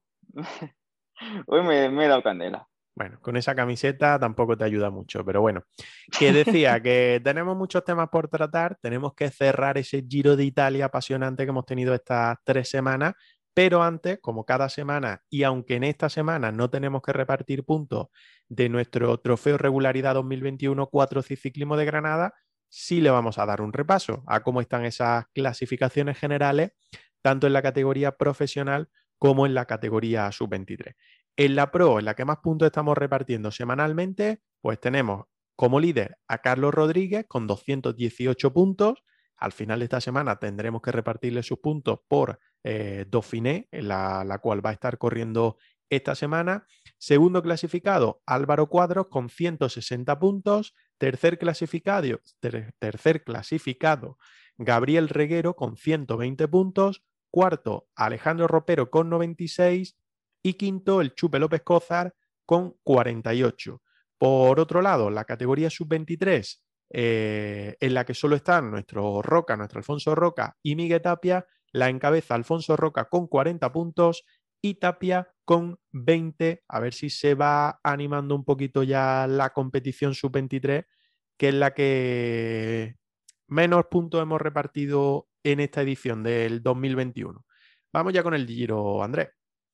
Hoy me, me he dado candela. bueno, con esa camiseta tampoco te ayuda mucho, pero bueno, que decía que tenemos muchos temas por tratar, tenemos que cerrar ese Giro de Italia apasionante que hemos tenido estas tres semanas, pero antes, como cada semana, y aunque en esta semana no tenemos que repartir puntos de nuestro trofeo regularidad dos mil veintiuno cuatro Ciclismo de Granada, sí le vamos a dar un repaso a cómo están esas clasificaciones generales, tanto en la categoría profesional como en la categoría sub veintitrés. En la Pro, en la que más puntos estamos repartiendo semanalmente, pues tenemos como líder a Carlos Rodríguez con doscientos dieciocho puntos. Al final de esta semana tendremos que repartirle sus puntos por eh, Dauphiné, en la, la cual va a estar corriendo esta semana. Segundo clasificado, Álvaro Cuadros con ciento sesenta puntos. Tercer clasificado, ter, tercer clasificado, Gabriel Reguero con ciento veinte puntos. Cuarto, Alejandro Ropero con noventa y seis. Y quinto, el Chupe López Cózar con cuarenta y ocho. Por otro lado, la categoría sub veintitrés, eh, en la que solo están nuestro Roca, nuestro Alfonso Roca y Miguel Tapia, la encabeza Alfonso Roca con cuarenta puntos y Tapia con veinte. A ver si se va animando un poquito ya la competición sub veintitrés, que es la que menos puntos hemos repartido en esta edición del dos mil veintiuno. Vamos ya con el Giro, Andrés.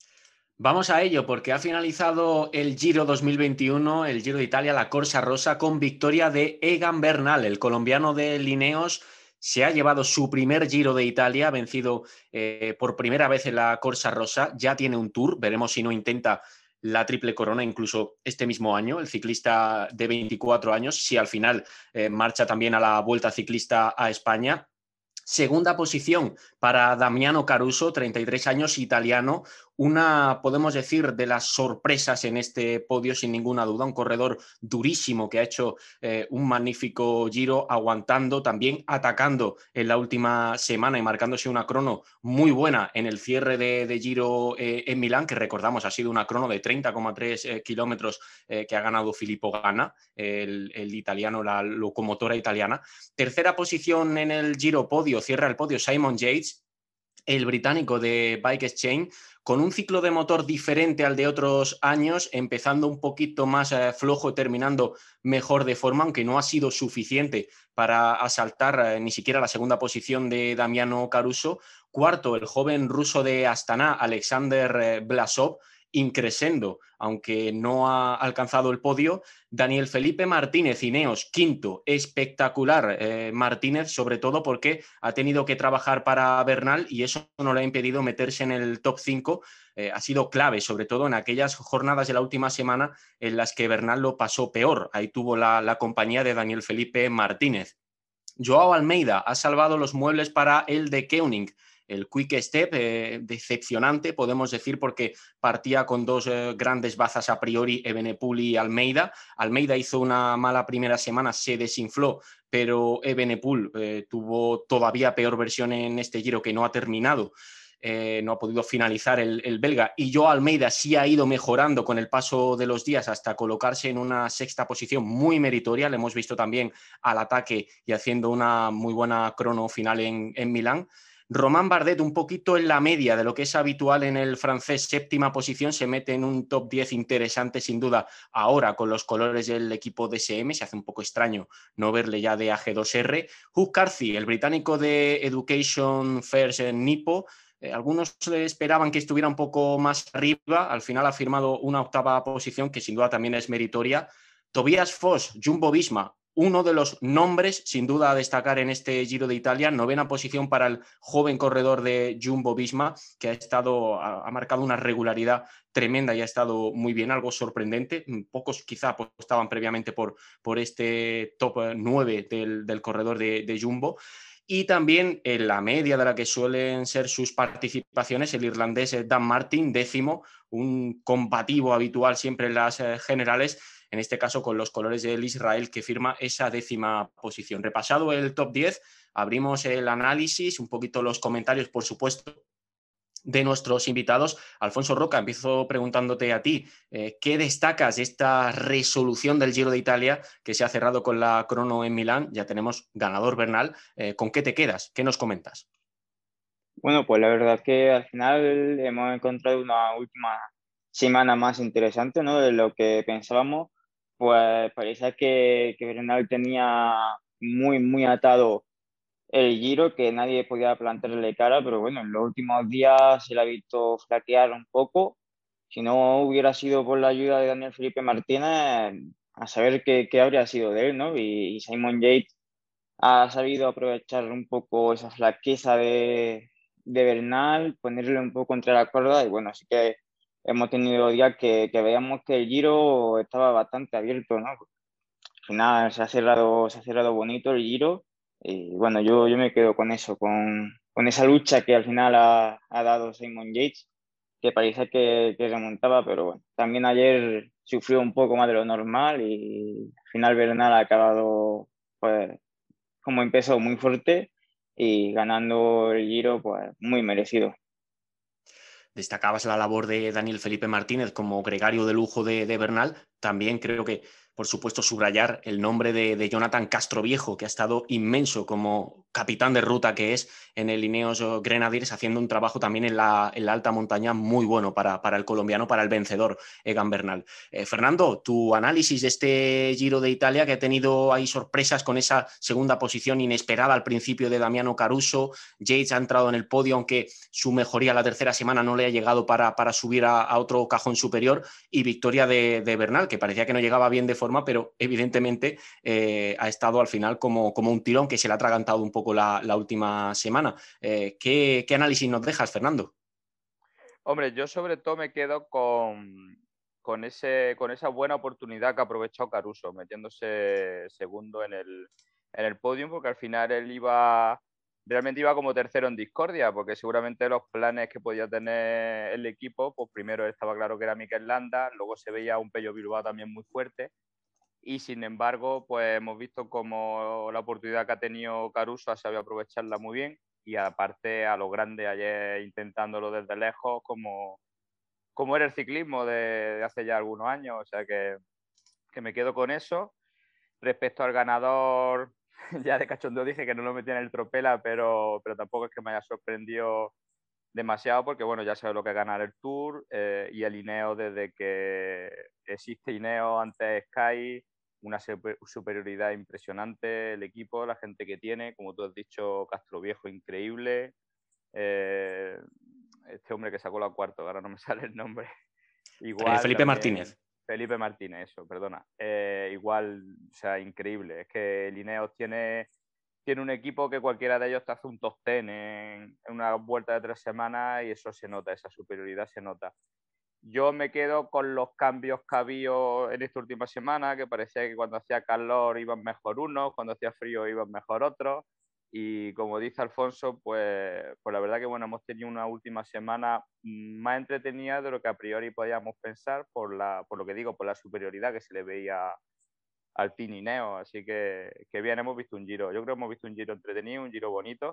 Vamos a ello, porque ha finalizado el Giro dos mil veintiuno, el Giro de Italia, la Corsa Rosa, con victoria de Egan Bernal. El colombiano de Lineos se ha llevado su primer Giro de Italia, ha vencido eh, por primera vez en la Corsa Rosa, ya tiene un Tour, veremos si no intenta la triple corona incluso este mismo año, el ciclista de veinticuatro años, si al final eh, marcha también a la Vuelta Ciclista a España. Segunda posición para Damiano Caruso, treinta y tres años, italiano. Una, podemos decir, de las sorpresas en este podio, sin ninguna duda. Un corredor durísimo que ha hecho eh, un magnífico Giro, aguantando, también atacando en la última semana y marcándose una crono muy buena en el cierre de, de Giro eh, en Milán, que recordamos ha sido una crono de treinta coma tres eh, kilómetros eh, que ha ganado Filippo Ganna, el, el italiano, la locomotora italiana. Tercera posición en el Giro podio, cierra el podio Simon Yates, el británico de Bike Exchange, con un ciclo de motor diferente al de otros años, empezando un poquito más eh, flojo y terminando mejor de forma, aunque no ha sido suficiente para asaltar eh, ni siquiera la segunda posición de Damiano Caruso. Cuarto, el joven ruso de Astana, Alexander eh, Blasov, increscendo, aunque no ha alcanzado el podio. Daniel Felipe Martínez, Ineos, quinto, espectacular eh, Martínez, sobre todo porque ha tenido que trabajar para Bernal y eso no le ha impedido meterse en el top cinco. Eh, ha sido clave, sobre todo en aquellas jornadas de la última semana en las que Bernal lo pasó peor. Ahí tuvo la, la compañía de Daniel Felipe Martínez. Joao Almeida ha salvado los muebles para el de Koenig. El Quick Step, eh, decepcionante, podemos decir, porque partía con dos eh, grandes bazas a priori, Evenepoel y Almeida. Almeida hizo una mala primera semana, se desinfló, pero Evenepoel eh, tuvo todavía peor versión en este Giro, que no ha terminado. Eh, no ha podido finalizar el, el belga, y Joao Almeida sí ha ido mejorando con el paso de los días hasta colocarse en una sexta posición muy meritoria. Le hemos visto también al ataque y haciendo una muy buena crono final en, en Milán. Román Bardet, un poquito en la media de lo que es habitual en el francés, séptima posición, se mete en un top diez interesante sin duda ahora con los colores del equipo D S M. Se hace un poco extraño no verle ya de A G dos R. Hugh Carthy, el británico de Education First en Nippo, eh, algunos esperaban que estuviera un poco más arriba, al final ha firmado una octava posición que sin duda también es meritoria. Tobias Foss, Jumbo-Visma, uno de los nombres sin duda a destacar en este Giro de Italia, novena posición para el joven corredor de Jumbo-Visma, que ha estado, ha marcado una regularidad tremenda y ha estado muy bien, algo sorprendente. Pocos quizá apostaban previamente por, por este top nueve del, del corredor de, de Jumbo. Y también en la media de la que suelen ser sus participaciones, el irlandés Dan Martin, décimo, un combativo habitual siempre en las eh, generales, en este caso con los colores del Israel, que firma esa décima posición. Repasado el top diez, abrimos el análisis, un poquito los comentarios, por supuesto, de nuestros invitados. Alfonso Roca, empiezo preguntándote a ti, eh, ¿qué destacas de esta resolución del Giro de Italia que se ha cerrado con la crono en Milán? Ya tenemos ganador Bernal. Eh, ¿con qué te quedas? ¿Qué nos comentas? Bueno, pues la verdad es que al final hemos encontrado una última semana más interesante, ¿no? De lo que pensábamos. Pues parecía que, que Bernal tenía muy, muy atado el Giro, que nadie podía plantearle cara, pero bueno, en los últimos días se le ha visto flaquear un poco. Si no hubiera sido por la ayuda de Daniel Felipe Martínez, a saber qué, qué habría sido de él, ¿no? Y, y Simon Yates ha sabido aprovechar un poco esa flaqueza de, de Bernal, ponerle un poco entre la cuerda, y bueno, así que hemos tenido días que, que veíamos que el Giro estaba bastante abierto, ¿no? Al final se ha cerrado, se ha cerrado bonito el Giro. Y bueno, yo, yo me quedo con eso, con, con esa lucha que al final ha, ha dado Simon Yates, que parecía que, que remontaba, pero bueno, también ayer sufrió un poco más de lo normal y al final Bernal ha acabado, pues, como empezó muy fuerte y ganando el Giro, pues muy merecido. Destacabas la labor de Daniel Felipe Martínez como gregario de lujo de, de Bernal. También creo que por supuesto, subrayar el nombre de, de Jonathan Castroviejo, que ha estado inmenso como capitán de ruta que es en el Ineos Grenadiers, haciendo un trabajo también en la, en la alta montaña muy bueno para, para el colombiano, para el vencedor Egan Bernal. Eh, Fernando, tu análisis de este Giro de Italia, que ha tenido ahí sorpresas con esa segunda posición inesperada al principio de Damiano Caruso. Yates ha entrado en el podio, aunque su mejoría la tercera semana no le ha llegado para, para subir a, a otro cajón superior, y victoria de, de Bernal, que parecía que no llegaba bien de forma, pero evidentemente eh, ha estado al final como, como un tirón que se le ha atragantado un poco la, la última semana. Eh, ¿qué, ¿Qué análisis nos dejas, Fernando? Hombre, yo sobre todo me quedo con, con, ese, con esa buena oportunidad que ha aprovechado Caruso, metiéndose segundo en el, en el podium, porque al final él iba, realmente iba como tercero en discordia, porque seguramente los planes que podía tener el equipo, pues primero estaba claro que era Mikel Landa, luego se veía un Pello Bilbao también muy fuerte, y sin embargo, pues hemos visto como la oportunidad que ha tenido Caruso ha sabido aprovecharla muy bien, y aparte a lo grande ayer intentándolo desde lejos, como, como era el ciclismo de, de hace ya algunos años, o sea que, que me quedo con eso. Respecto al ganador, ya de cachondeo dije que no lo metía en el tropela, pero, pero tampoco es que me haya sorprendido demasiado, porque bueno, ya sabes lo que es ganar el Tour, eh, y el Ineos, desde que existe Ineos antes Sky, una super, superioridad impresionante el equipo, la gente que tiene, como tú has dicho, Castroviejo increíble, eh, este hombre que sacó la cuarta, ahora no me sale el nombre, igual eh, Felipe también, Martínez. Felipe Martínez, eso, perdona, eh, igual, o sea, increíble, es que el Ineos tiene tiene un equipo que cualquiera de ellos te hace un top ten en, en una vuelta de tres semanas, y eso se nota, esa superioridad se nota. Yo me quedo con los cambios que ha habido en esta última semana, que parecía que cuando hacía calor iban mejor unos, cuando hacía frío iban mejor otros, y como dice Alfonso, pues, pues la verdad que bueno, hemos tenido una última semana más entretenida de lo que a priori podíamos pensar, por, la, por lo que digo, por la superioridad que se le veía al Team Ineos, así que, que bien, hemos visto un Giro, yo creo que hemos visto un Giro entretenido, un Giro bonito,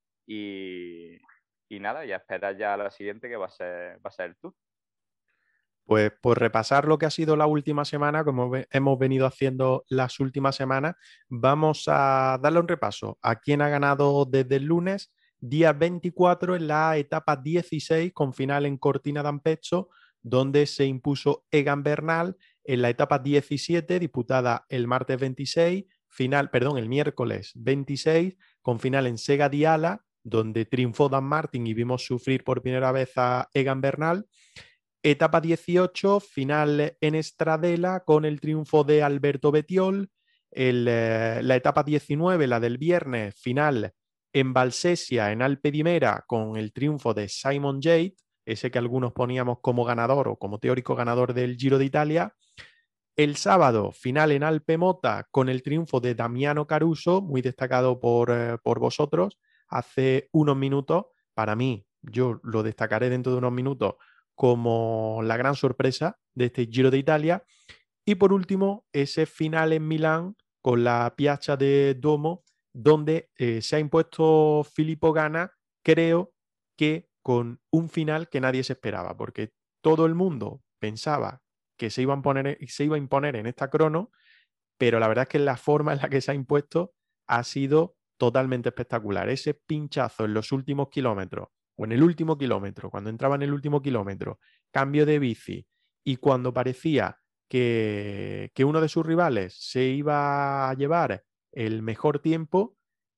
y, y nada, ya esperar ya a la siguiente, que va a ser, va a ser el Tour. Pues por repasar lo que ha sido la última semana, como ve- hemos venido haciendo las últimas semanas, vamos a darle un repaso a quién ha ganado desde el lunes, día veinticuatro, en la etapa dieciséis, con final en Cortina d'Ampezzo, donde se impuso Egan Bernal. En la etapa diecisiete, disputada el martes veintiséis, final, perdón, el miércoles veintiséis, con final en Sega di Ala, donde triunfó Dan Martin y vimos sufrir por primera vez a Egan Bernal. Etapa dieciocho, final en Estradela, con el triunfo de Alberto Bettiol. El, eh, la etapa diecinueve, la del viernes, final en Valsesia, en Alpe d'Huez, con el triunfo de Simon Yates, ese que algunos poníamos como ganador o como teórico ganador del Giro de Italia. El sábado, final en Alpe Mota, con el triunfo de Damiano Caruso, muy destacado por, eh, por vosotros hace unos minutos. Para mí, yo lo destacaré dentro de unos minutos como la gran sorpresa de este Giro de Italia. Y por último, ese final en Milán con la Piazza de Duomo, donde eh, se ha impuesto Filippo Ganna, creo que con un final que nadie se esperaba, porque todo el mundo pensaba que se, iban a poner, se iba a imponer en esta crono, pero la verdad es que la forma en la que se ha impuesto ha sido totalmente espectacular. Ese pinchazo en los últimos kilómetros, o en el último kilómetro, cuando entraba en el último kilómetro, cambio de bici, y cuando parecía que, que uno de sus rivales se iba a llevar el mejor tiempo,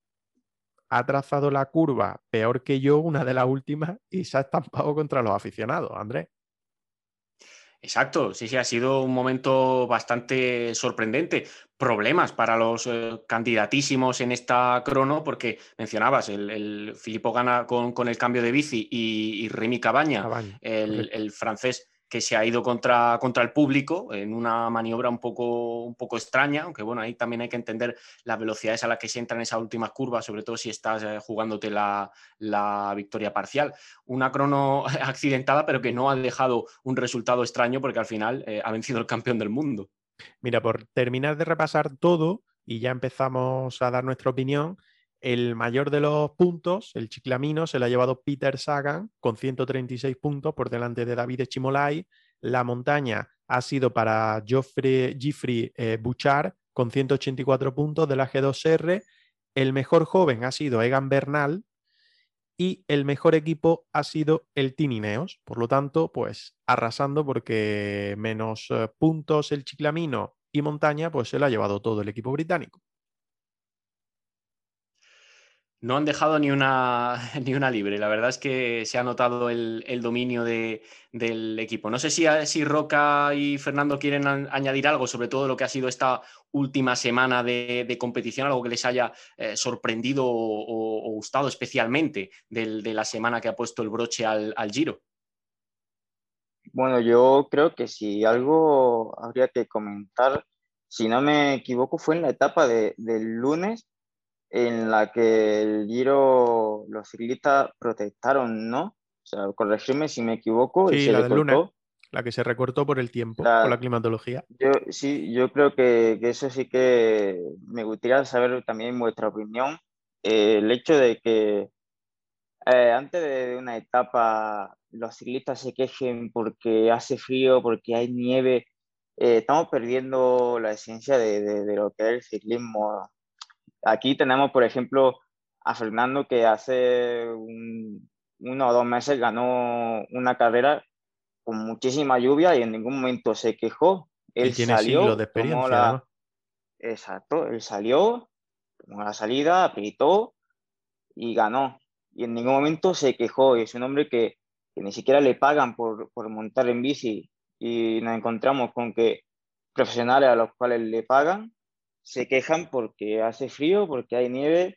ha trazado la curva peor que yo, una de las últimas, y se ha estampado contra los aficionados, Andrés. Exacto, sí, sí, ha sido un momento bastante sorprendente. Problemas para los eh, candidatísimos en esta crono, porque mencionabas, el, el Filippo Ganna con, con el cambio de bici, y, y Rémi Cavagna, Cabaña, el, el francés, que se ha ido contra, contra el público en una maniobra un poco, un poco extraña, aunque bueno, ahí también hay que entender las velocidades a las que se entra en esas últimas curvas, sobre todo si estás eh, jugándote la, la victoria parcial. Una crono accidentada, pero que no ha dejado un resultado extraño, porque al final eh, ha vencido el campeón del mundo. Mira, por terminar de repasar todo y ya empezamos a dar nuestra opinión, el mayor de los puntos, el Chiclamino, se lo ha llevado Peter Sagan con ciento treinta y seis puntos por delante de David Chimolai. La montaña ha sido para Geoffrey, Geoffrey eh, Bouchard con ciento ochenta y cuatro puntos de la G dos R. El mejor joven ha sido Egan Bernal y el mejor equipo ha sido el Team Ineos. Por lo tanto, pues arrasando porque menos eh, puntos el Chiclamino y montaña, pues se lo ha llevado todo el equipo británico. No han dejado ni una, ni una libre. La verdad es que se ha notado el, el dominio de, del equipo. No sé si, si Roca y Fernando quieren an, añadir algo sobre todo lo que ha sido esta última semana de, de competición, algo que les haya eh, sorprendido o, o, gustado especialmente del, de la semana que ha puesto el broche al, al Giro. Bueno, yo creo que si algo habría que comentar, si no me equivoco, fue en la etapa de, del lunes en la que el Giro, los ciclistas protestaron, ¿no? O sea, corregirme si me equivoco, y Sí, se la le del lunes, cortó. la que se recortó por el tiempo, por la La, climatología. yo, sí, yo creo que, que eso sí que me gustaría saber también vuestra opinión. Eh, el hecho de que eh, antes de una etapa los ciclistas se quejen porque hace frío, porque hay nieve, eh, estamos perdiendo la esencia de, de, de lo que es el ciclismo. Aquí tenemos, por ejemplo, a Fernando que hace un, uno o dos meses ganó una carrera con muchísima lluvia y en ningún momento se quejó. Y Él tiene siglos de salió, tomó experiencia, además. la... Exacto, él salió, tomó la salida, apretó y ganó. Y en ningún momento se quejó. Y es un hombre que, que ni siquiera le pagan por, por montar en bici. Y nos encontramos con que profesionales a los cuales le pagan se quejan porque hace frío, porque hay nieve.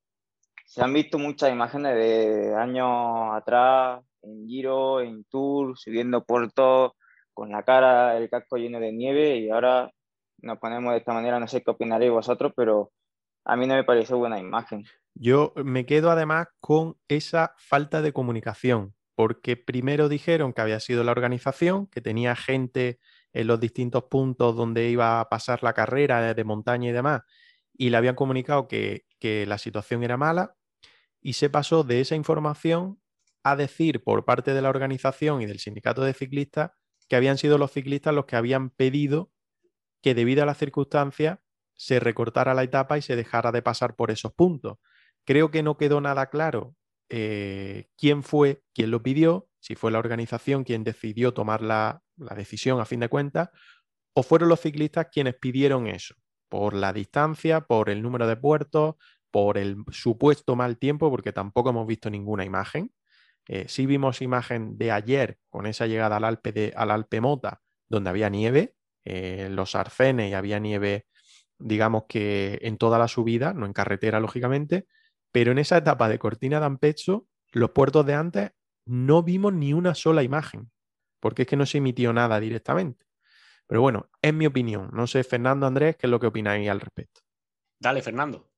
Se han visto muchas imágenes de años atrás, en Giro, en Tour, subiendo puertos con la cara, el casco lleno de nieve, y ahora nos ponemos de esta manera. No sé qué opinaréis vosotros, pero a mí no me pareció buena imagen. Yo me quedo además con esa falta de comunicación, porque primero dijeron que había sido la organización, que tenía gente en los distintos puntos donde iba a pasar la carrera de montaña y demás, y le habían comunicado que, que la situación era mala, y se pasó de esa información a decir por parte de la organización y del sindicato de ciclistas que habían sido los ciclistas los que habían pedido que debido a las circunstancias se recortara la etapa y se dejara de pasar por esos puntos. Creo que no quedó nada claro eh, quién fue quien lo pidió, si fue la organización quien decidió tomar la, la decisión a fin de cuentas, o fueron los ciclistas quienes pidieron eso, por la distancia, por el número de puertos, por el supuesto mal tiempo, porque tampoco hemos visto ninguna imagen. Eh, sí vimos imagen de ayer con esa llegada al Alpe, de, al Alpe Mota, donde había nieve, eh, los arcenes y había nieve, digamos que en toda la subida, no en carretera, lógicamente, pero en esa etapa de Cortina d'Ampezzo, los puertos de antes, no vimos ni una sola imagen, porque es que no se emitió nada directamente. Pero bueno, es mi opinión. No sé, Fernando, Andrés, ¿qué es lo que opináis al respecto? Dale, Fernando.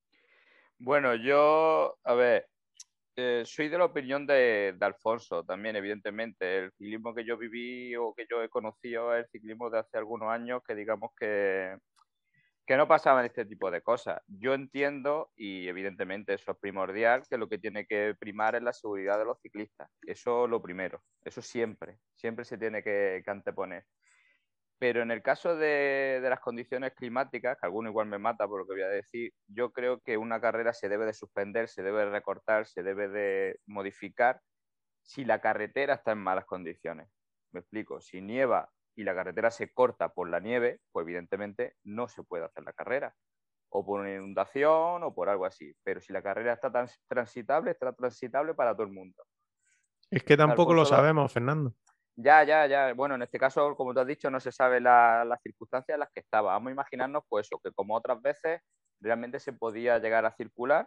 Bueno, yo, a ver, eh, soy de la opinión de, de Alfonso también, evidentemente. El ciclismo que yo viví o que yo he conocido es el ciclismo de hace algunos años que digamos que, que no pasaban este tipo de cosas. Yo entiendo, y evidentemente eso es primordial, que lo que tiene que primar es la seguridad de los ciclistas. Eso lo primero, eso siempre, siempre se tiene que, que anteponer. Pero en el caso de, de las condiciones climáticas, que alguno igual me mata por lo que voy a decir, yo creo que una carrera se debe de suspender, se debe de recortar, se debe de modificar si la carretera está en malas condiciones. Me explico, si nieva y la carretera se corta por la nieve, pues evidentemente no se puede hacer la carrera. O por una inundación o por algo así. Pero si la carrera está tan transitable, está transitable para todo el mundo. Es que tampoco lo Alfonso, sabemos, Fernando. ya, ya, ya. Bueno, en este caso, como tú has dicho, no se sabe la, las circunstancias en las que estaba. Vamos a imaginarnos, pues eso, que como otras veces realmente se podía llegar a circular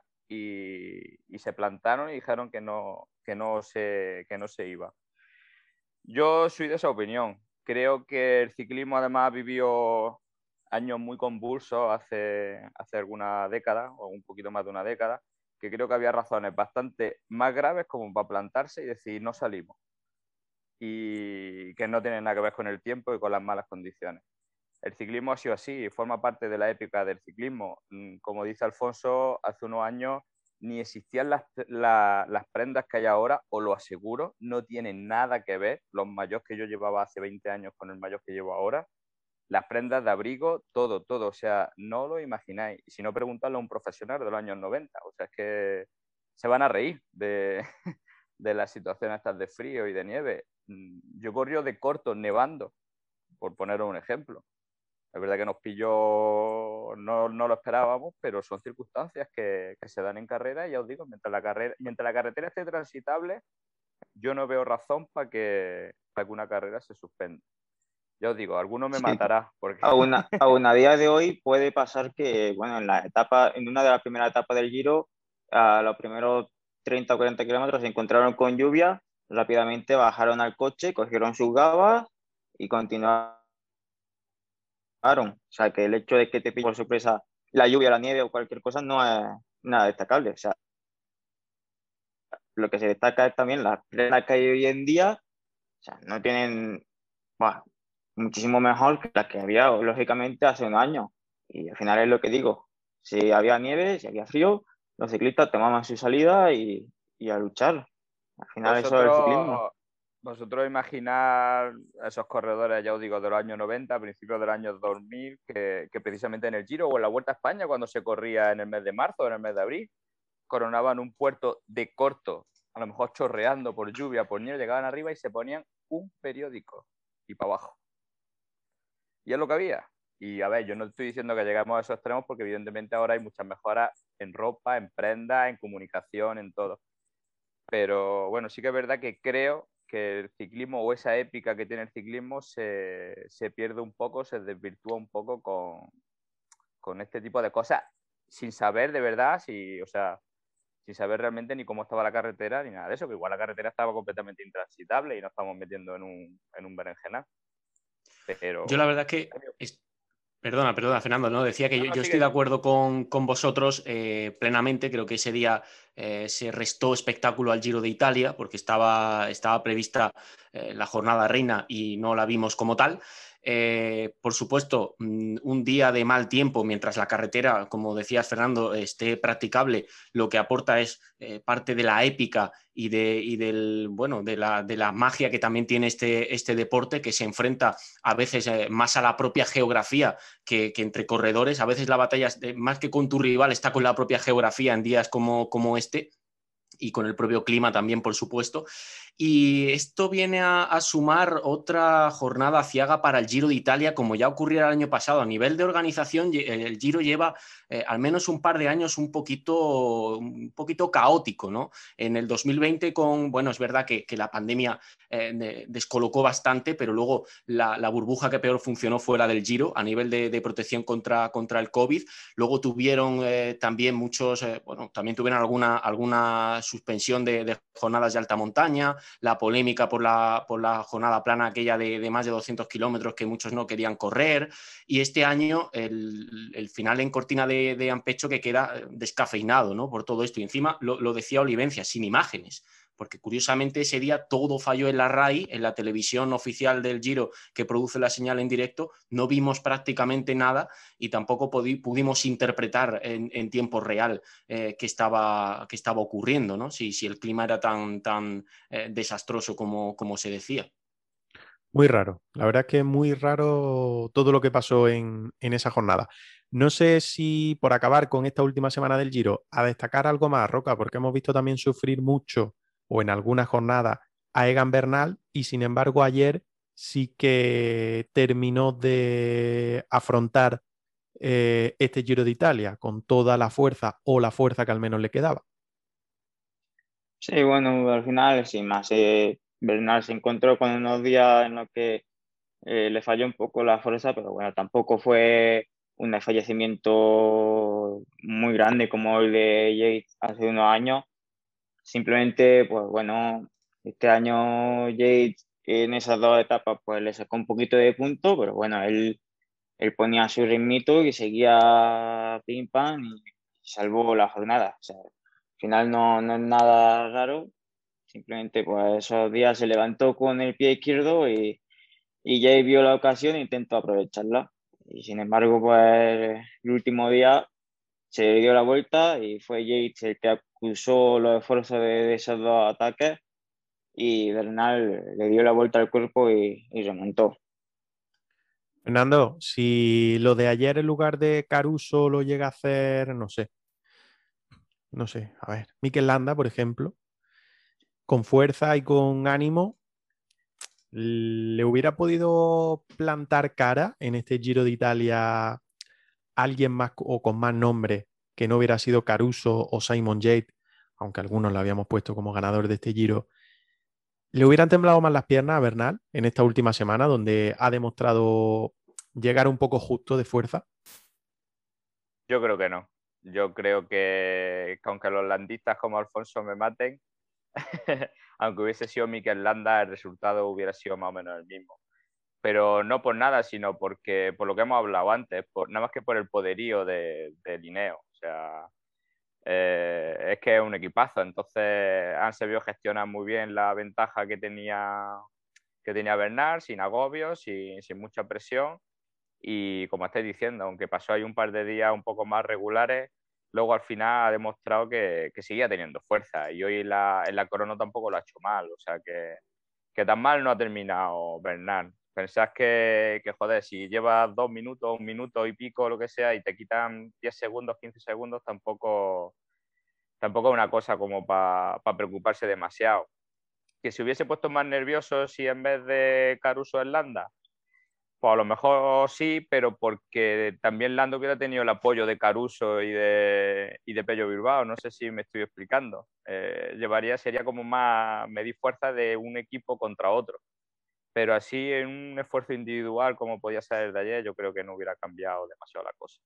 y, y se plantaron y dijeron que no, que, no se, que no se iba. Yo soy de esa opinión. Creo que el ciclismo además vivió años muy convulsos hace, hace alguna década o un poquito más de una década, que creo que había razones bastante más graves como para plantarse y decir no salimos, y que no tienen nada que ver con el tiempo y con las malas condiciones. El ciclismo ha sido así, forma parte de la épica del ciclismo. Como dice Alfonso, hace unos años ni existían las, la, las prendas que hay ahora, os lo aseguro, no tienen nada que ver los mayos que yo llevaba hace veinte años con el mayor que llevo ahora. Las prendas de abrigo, todo, todo, o sea, no lo imagináis. Y si no, preguntarle a un profesional de los años noventa, o sea, es que se van a reír de, de las situaciones estas de frío y de nieve. Yo corrió de corto nevando, por poneros un ejemplo. Es verdad que nos pilló, no, no lo esperábamos, pero son circunstancias que, que se dan en carrera y ya os digo, mientras la, carrera, mientras la carretera esté transitable, yo no veo razón para que, para que una carrera se suspenda. Ya os digo, alguno me Sí, matará. Porque... aún, a, aún a día de hoy puede pasar que, bueno, en la etapa, en una de las primeras etapas del Giro, a los primeros treinta o cuarenta kilómetros se encontraron con lluvia, rápidamente bajaron al coche, cogieron sus gabas y continuaron. O sea, que el hecho de que te pille por sorpresa la lluvia, la nieve o cualquier cosa no es nada destacable. O sea, lo que se destaca es también las prendas que hay hoy en día, o sea, no tienen, bueno, muchísimo mejor que las que había, lógicamente, hace un año. Y al final es lo que digo, si había nieve, si había frío, los ciclistas tomaban su salida y, y a luchar. Al final eso es el ciclismo. Vosotros, vosotros imaginar esos corredores, ya os digo, de los años noventa, principios de los años dos mil, que, que precisamente en el Giro o en la Vuelta a España, cuando se corría en el mes de marzo o en el mes de abril, coronaban un puerto de corto, a lo mejor chorreando por lluvia, por nieve, llegaban arriba y se ponían un periódico y para abajo. Y es lo que había. Y a ver, yo no estoy diciendo que lleguemos a esos extremos porque evidentemente ahora hay muchas mejoras en ropa, en prendas, en comunicación, en todo. Pero bueno, sí que es verdad que creo que el ciclismo o esa épica que tiene el ciclismo se, se pierde un poco, se desvirtúa un poco con, con este tipo de cosas sin saber de verdad, si, o sea, sin saber realmente ni cómo estaba la carretera ni nada de eso, que igual la carretera estaba completamente intransitable y nos estamos metiendo en un, en un berenjenal. Pero... Yo la verdad es que... Es... Perdona, perdona, Fernando, ¿no? Decía que no, yo, no, yo sigue. estoy de acuerdo con, con vosotros eh, plenamente. Creo que ese día eh, se restó espectáculo al Giro de Italia porque estaba, estaba prevista eh, la jornada reina y no la vimos como tal. Eh, por supuesto, un día de mal tiempo, mientras la carretera, como decías, Fernando, esté practicable, lo que aporta es eh, parte de la épica y, de, y del, bueno, de, la, de la magia que también tiene este, este deporte, que se enfrenta a veces eh, más a la propia geografía que, que entre corredores. A veces la batalla, es de, más que con tu rival, está con la propia geografía en días como, como este y con el propio clima también, por supuesto. Y esto viene a, a sumar otra jornada aciaga para el Giro de Italia, como ya ocurrió el año pasado. A nivel de organización, el Giro lleva eh, al menos un par de años un poquito, un poquito caótico, ¿no? En el dos mil veinte, con, bueno, es verdad que, que la pandemia eh, descolocó bastante, pero luego la, la burbuja que peor funcionó fue la del Giro a nivel de, de protección contra, contra el COVID. Luego tuvieron eh, también muchos, eh, bueno, también tuvieron alguna, alguna suspensión de, de jornadas de alta montaña, la polémica por la, por la jornada plana aquella de, de más de doscientos kilómetros que muchos no querían correr, y este año el, el final en Cortina de, de Ampecho que queda descafeinado, ¿no? Por todo esto, y encima lo, lo decía Olivencia, sin imágenes, porque curiosamente ese día todo falló en la RAI, en la televisión oficial del Giro que produce la señal en directo, no vimos prácticamente nada y tampoco pudimos interpretar en, en tiempo real eh, qué estaba, qué estaba ocurriendo, ¿no? Si, si el clima era tan, tan eh, desastroso como, como se decía. Muy raro, la verdad es que es muy raro todo lo que pasó en, en esa jornada. No sé si por acabar con esta última semana del Giro, a destacar algo más, Roca, porque hemos visto también sufrir mucho o en alguna jornada a Egan Bernal y sin embargo ayer sí que terminó de afrontar eh, este Giro de Italia con toda la fuerza o la fuerza que al menos le quedaba. Sí, bueno, al final, sin más, eh, Bernal se encontró con unos días en los que eh, le falló un poco la fuerza, pero bueno, tampoco fue un fallecimiento muy grande como el de Yates hace unos años. Simplemente, pues bueno, este año Yates en esas dos etapas pues le sacó un poquito de punto, pero bueno, él, él ponía su ritmito y seguía pim pam y salvó la jornada. O sea, al final no, no es nada raro, simplemente pues esos días se levantó con el pie izquierdo y y Jay vio la ocasión e intentó aprovecharla. Y sin embargo, pues el último día se dio la vuelta y fue Yates el que acusó los esfuerzos de, de esos dos ataques y Bernal le dio la vuelta al cuerpo y, y remontó. Fernando, si lo de ayer en lugar de Caruso lo llega a hacer, no sé, no sé, a ver, Mikel Landa, por ejemplo, con fuerza y con ánimo, ¿le hubiera podido plantar cara en este Giro de Italia alguien más o con más nombre que no hubiera sido Caruso o Simon Yates, aunque algunos lo habíamos puesto como ganador de este Giro? ¿Le hubieran temblado más las piernas a Bernal en esta última semana, donde ha demostrado llegar un poco justo de fuerza? Yo creo que no. Yo creo que, que aunque los landistas como Alfonso me maten, aunque hubiese sido Mikel Landa, el resultado hubiera sido más o menos el mismo. Pero no por nada, sino porque por lo que hemos hablado antes, por, nada más que por el poderío de, de Linneo. O sea, eh, es que es un equipazo. Entonces han sabido gestionar muy bien la ventaja que tenía, que tenía Bernal, sin agobios, sin, sin mucha presión. Y como estáis diciendo, aunque pasó ahí un par de días un poco más regulares, luego al final ha demostrado que, que seguía teniendo fuerza. Y hoy en la, en la crono tampoco lo ha hecho mal. O sea que, que tan mal no ha terminado Bernal. Pensás que, que, joder, si llevas dos minutos, un minuto y pico, lo que sea, y te quitan diez segundos, quince segundos, tampoco, tampoco es una cosa como para pa preocuparse demasiado. Que si hubiese puesto más nervioso si en vez de Caruso es Landa, pues a lo mejor sí, pero porque también Lando hubiera tenido el apoyo de Caruso y de, y de Pello Bilbao. No sé si me estoy explicando. Eh, llevaría, sería como más medir fuerza de un equipo contra otro. Pero así en un esfuerzo individual como podía ser el de ayer, yo creo que no hubiera cambiado demasiado la cosa.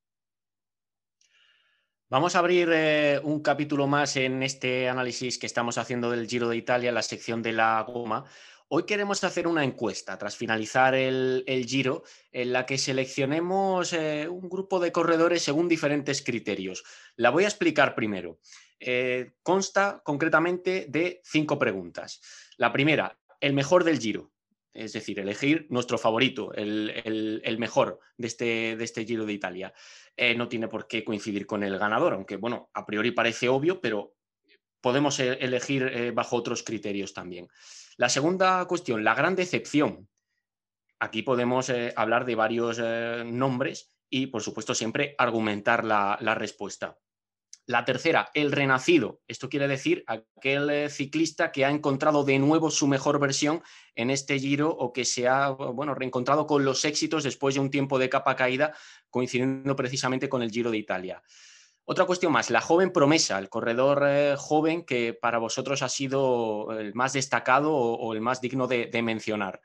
Vamos a abrir eh, un capítulo más en este análisis que estamos haciendo del Giro de Italia, la sección de la goma. Hoy queremos hacer una encuesta tras finalizar el, el Giro en la que seleccionemos eh, un grupo de corredores según diferentes criterios. La voy a explicar primero. Eh, consta concretamente de cinco preguntas. La primera, el mejor del Giro. Es decir, elegir nuestro favorito, el, el, el mejor de este, de este Giro de Italia. Eh, no tiene por qué coincidir con el ganador, aunque, bueno, a priori parece obvio, pero podemos elegir eh, bajo otros criterios también. La segunda cuestión, la gran decepción. Aquí podemos eh, hablar de varios eh, nombres y, por supuesto, siempre argumentar la, la respuesta. La tercera, el renacido. Esto quiere decir aquel eh, ciclista que ha encontrado de nuevo su mejor versión en este Giro o que se ha bueno, reencontrado con los éxitos después de un tiempo de capa caída, coincidiendo precisamente con el Giro de Italia. Otra cuestión más, la joven promesa, el corredor eh, joven que para vosotros ha sido el más destacado o, o el más digno de, de mencionar.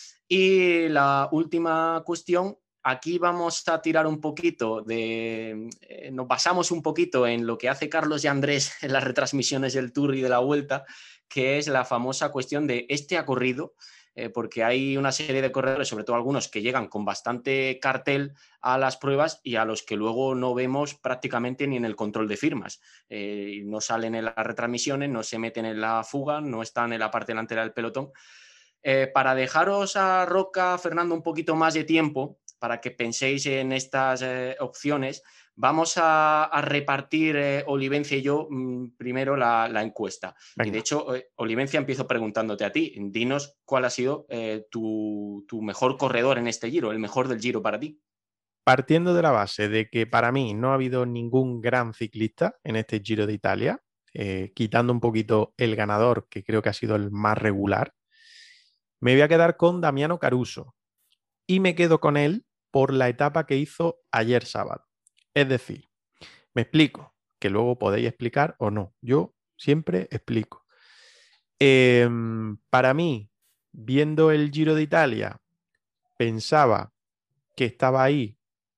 Y la última cuestión, aquí vamos a tirar un poquito de... Eh, nos basamos un poquito en lo que hace Carlos y Andrés en las retransmisiones del Tour y de la Vuelta, que es la famosa cuestión de este ha corrido, eh, porque hay una serie de corredores, sobre todo algunos, que llegan con bastante cartel a las pruebas y a los que luego no vemos prácticamente ni en el control de firmas. Eh, no salen en las retransmisiones, no se meten en la fuga, no están en la parte delantera del pelotón. Eh, para dejaros a Roca, Fernando, un poquito más de tiempo, para que penséis en estas eh, opciones, vamos a, a repartir eh, Olivencia y yo mmm, primero la, la encuesta. Venga. Y de hecho, eh, Olivencia, empiezo preguntándote a ti. Dinos cuál ha sido eh, tu, tu mejor corredor en este Giro, el mejor del Giro para ti. Partiendo de la base de que para mí no ha habido ningún gran ciclista en este Giro de Italia, eh, quitando un poquito el ganador, que creo que ha sido el más regular, me voy a quedar con Damiano Caruso. Y me quedo con él por la etapa que hizo ayer sábado. Es decir, me explico, que luego podéis explicar o no. Yo siempre explico. Eh, para mí, viendo el Giro de Italia, pensaba que estaba ahí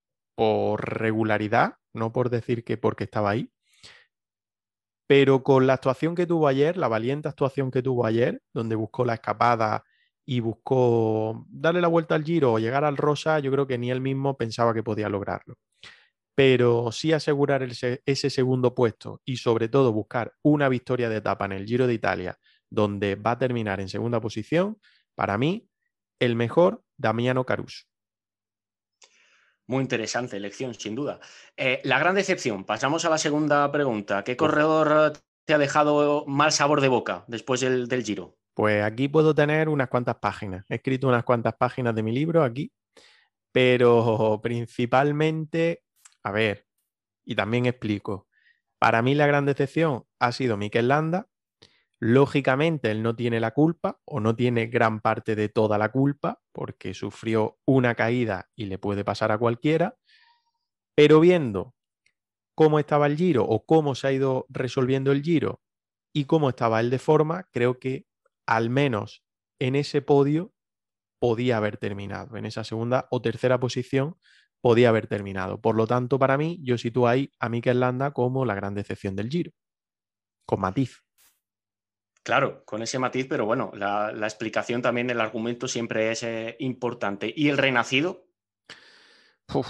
por regularidad, no por decir que porque estaba ahí, pero con la actuación que tuvo ayer, la valiente actuación que tuvo ayer, donde buscó la escapada y buscó darle la vuelta al Giro o llegar al Rosa, yo creo que ni él mismo pensaba que podía lograrlo. Pero sí asegurar el, ese segundo puesto y sobre todo buscar una victoria de etapa en el Giro de Italia, donde va a terminar en segunda posición, para mí, el mejor, Damiano Caruso. Muy interesante elección, sin duda. Eh, la gran decepción. Pasamos a la segunda pregunta. ¿Qué corredor te ha dejado mal sabor de boca después del, del Giro? Pues aquí puedo tener unas cuantas páginas. He escrito unas cuantas páginas de mi libro aquí, pero principalmente, a ver, y también explico. Para mí la gran decepción ha sido Mikel Landa. Lógicamente él no tiene la culpa o no tiene gran parte de toda la culpa porque sufrió una caída y le puede pasar a cualquiera, pero viendo cómo estaba el Giro o cómo se ha ido resolviendo el Giro y cómo estaba él de forma, creo que al menos en ese podio podía haber terminado, en esa segunda o tercera posición podía haber terminado. Por lo tanto, para mí, yo sitúo ahí a Mikel Landa como la gran decepción del Giro, con matiz. Claro, con ese matiz, pero bueno, la, la explicación también, el argumento siempre es eh, importante. ¿Y el renacido? Uf.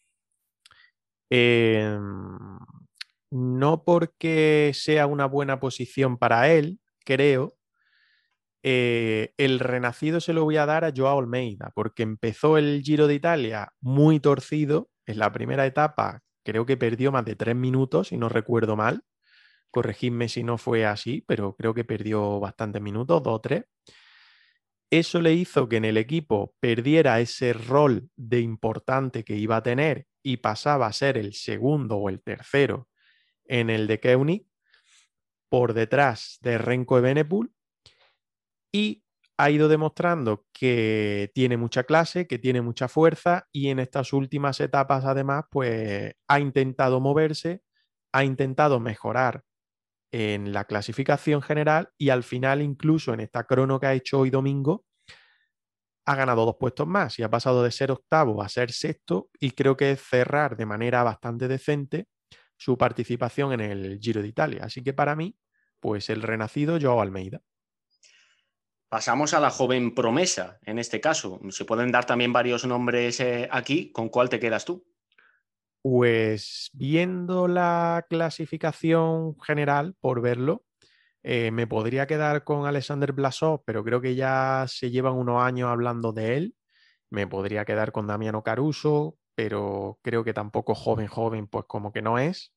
Eh, no porque sea una buena posición para él, creo. Eh, el renacido se lo voy a dar a Joao Almeida, porque empezó el Giro de Italia muy torcido. En la primera etapa creo que perdió más de tres minutos, si no recuerdo mal. Corregidme si no fue así, pero creo que perdió bastantes minutos, dos o tres. Eso le hizo que en el equipo perdiera ese rol de importante que iba a tener y pasaba a ser el segundo o el tercero en el de Koenig, por detrás de Renko Evenepoel, y ha ido demostrando que tiene mucha clase, que tiene mucha fuerza y en estas últimas etapas además pues ha intentado moverse, ha intentado mejorar en la clasificación general y al final incluso en esta crono que ha hecho hoy domingo ha ganado dos puestos más y ha pasado de ser octavo a ser sexto y creo que es cerrar de manera bastante decente su participación en el Giro de Italia. Así que para mí, pues el renacido Joao Almeida. Pasamos a la joven promesa, en este caso. Se pueden dar también varios nombres eh, aquí. ¿Con cuál te quedas tú? Pues viendo la clasificación general, por verlo, eh, me podría quedar con Alexander Blasov, pero creo que ya se llevan unos años hablando de él. Me podría quedar con Damiano Caruso, pero creo que tampoco joven, joven, pues como que no es.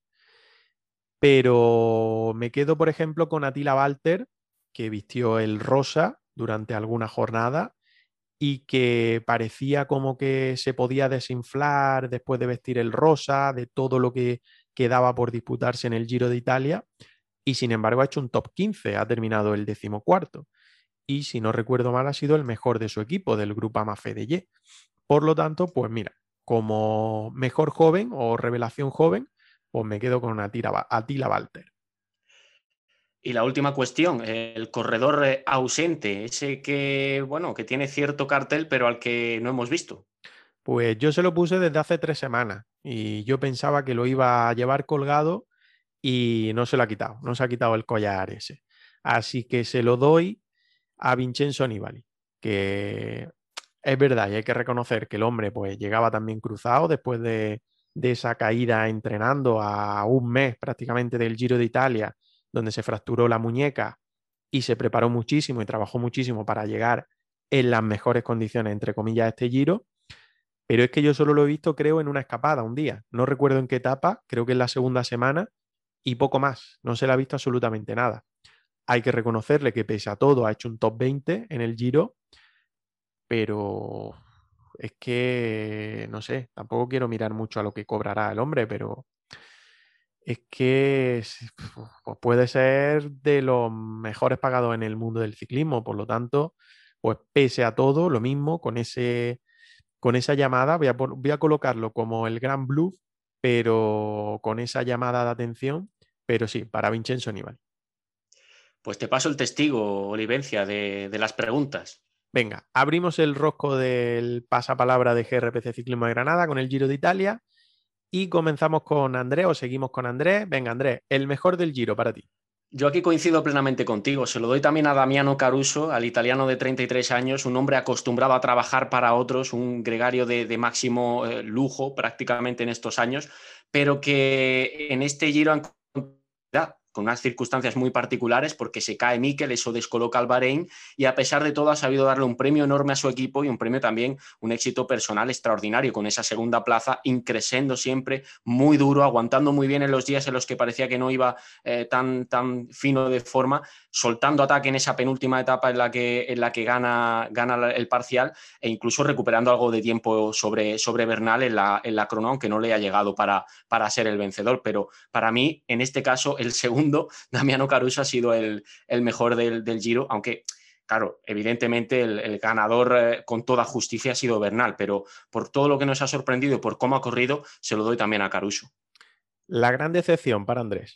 Pero me quedo, por ejemplo, con Attila Valter, que vistió el rosa durante alguna jornada y que parecía como que se podía desinflar después de vestir el rosa, de todo lo que quedaba por disputarse en el Giro de Italia. Y sin embargo ha hecho un top quince, ha terminado el decimocuarto. Y si no recuerdo mal, ha sido el mejor de su equipo, del grupo Amafedeye. Por lo tanto, pues mira, como mejor joven o revelación joven, pues me quedo con Attila, Attila Valter. Y la última cuestión, el corredor eh, ausente, ese que, bueno, que tiene cierto cartel, pero al que no hemos visto. Pues yo se lo puse desde hace tres semanas y yo pensaba que lo iba a llevar colgado y no se lo ha quitado, no se ha quitado el collar ese. Así que se lo doy a Vincenzo Nibali, que es verdad y hay que reconocer que el hombre pues llegaba también cruzado después de, de esa caída entrenando a un mes prácticamente del Giro de Italia, donde se fracturó la muñeca y se preparó muchísimo y trabajó muchísimo para llegar en las mejores condiciones, entre comillas, a este Giro. Pero es que yo solo lo he visto, creo, en una escapada un día. No recuerdo en qué etapa, creo que en la segunda semana y poco más. No se le ha visto absolutamente nada. Hay que reconocerle que pese a todo ha hecho un top veinte en el Giro, pero es que, no sé, tampoco quiero mirar mucho a lo que cobrará el hombre, pero es que pues puede ser de los mejores pagados en el mundo del ciclismo. Por lo tanto, pues pese a todo, lo mismo con ese... Con esa llamada, voy a, voy a colocarlo como el gran bluff, pero con esa llamada de atención, pero sí, para Vincenzo Nibali. Pues te paso el testigo, Olivencia, de, de las preguntas. Venga, abrimos el rosco del pasapalabra de G R P C Ciclismo de Granada con el Giro de Italia y comenzamos con Andrés o seguimos con Andrés. Venga, Andrés, el mejor del Giro para ti. Yo aquí coincido plenamente contigo. Se lo doy también a Damiano Caruso, al italiano de treinta y tres años, un hombre acostumbrado a trabajar para otros, un gregario de, de máximo eh, lujo prácticamente en estos años, pero que en este Giro han con unas circunstancias muy particulares porque se cae Mikel, eso descoloca al Bahrein y a pesar de todo ha sabido darle un premio enorme a su equipo y un premio también, un éxito personal extraordinario con esa segunda plaza, increciendo siempre, muy duro, aguantando muy bien en los días en los que parecía que no iba eh, tan, tan fino de forma, soltando ataque en esa penúltima etapa en la que, en la que gana, gana el parcial e incluso recuperando algo de tiempo sobre, sobre Bernal en la, en la crono, aunque no le ha llegado para, para ser el vencedor. Pero para mí, en este caso, el segundo Damiano Caruso ha sido el, el mejor del, del Giro, aunque, claro, evidentemente el, el ganador eh, con toda justicia ha sido Bernal, pero por todo lo que nos ha sorprendido y por cómo ha corrido, se lo doy también a Caruso. La gran decepción para Andrés.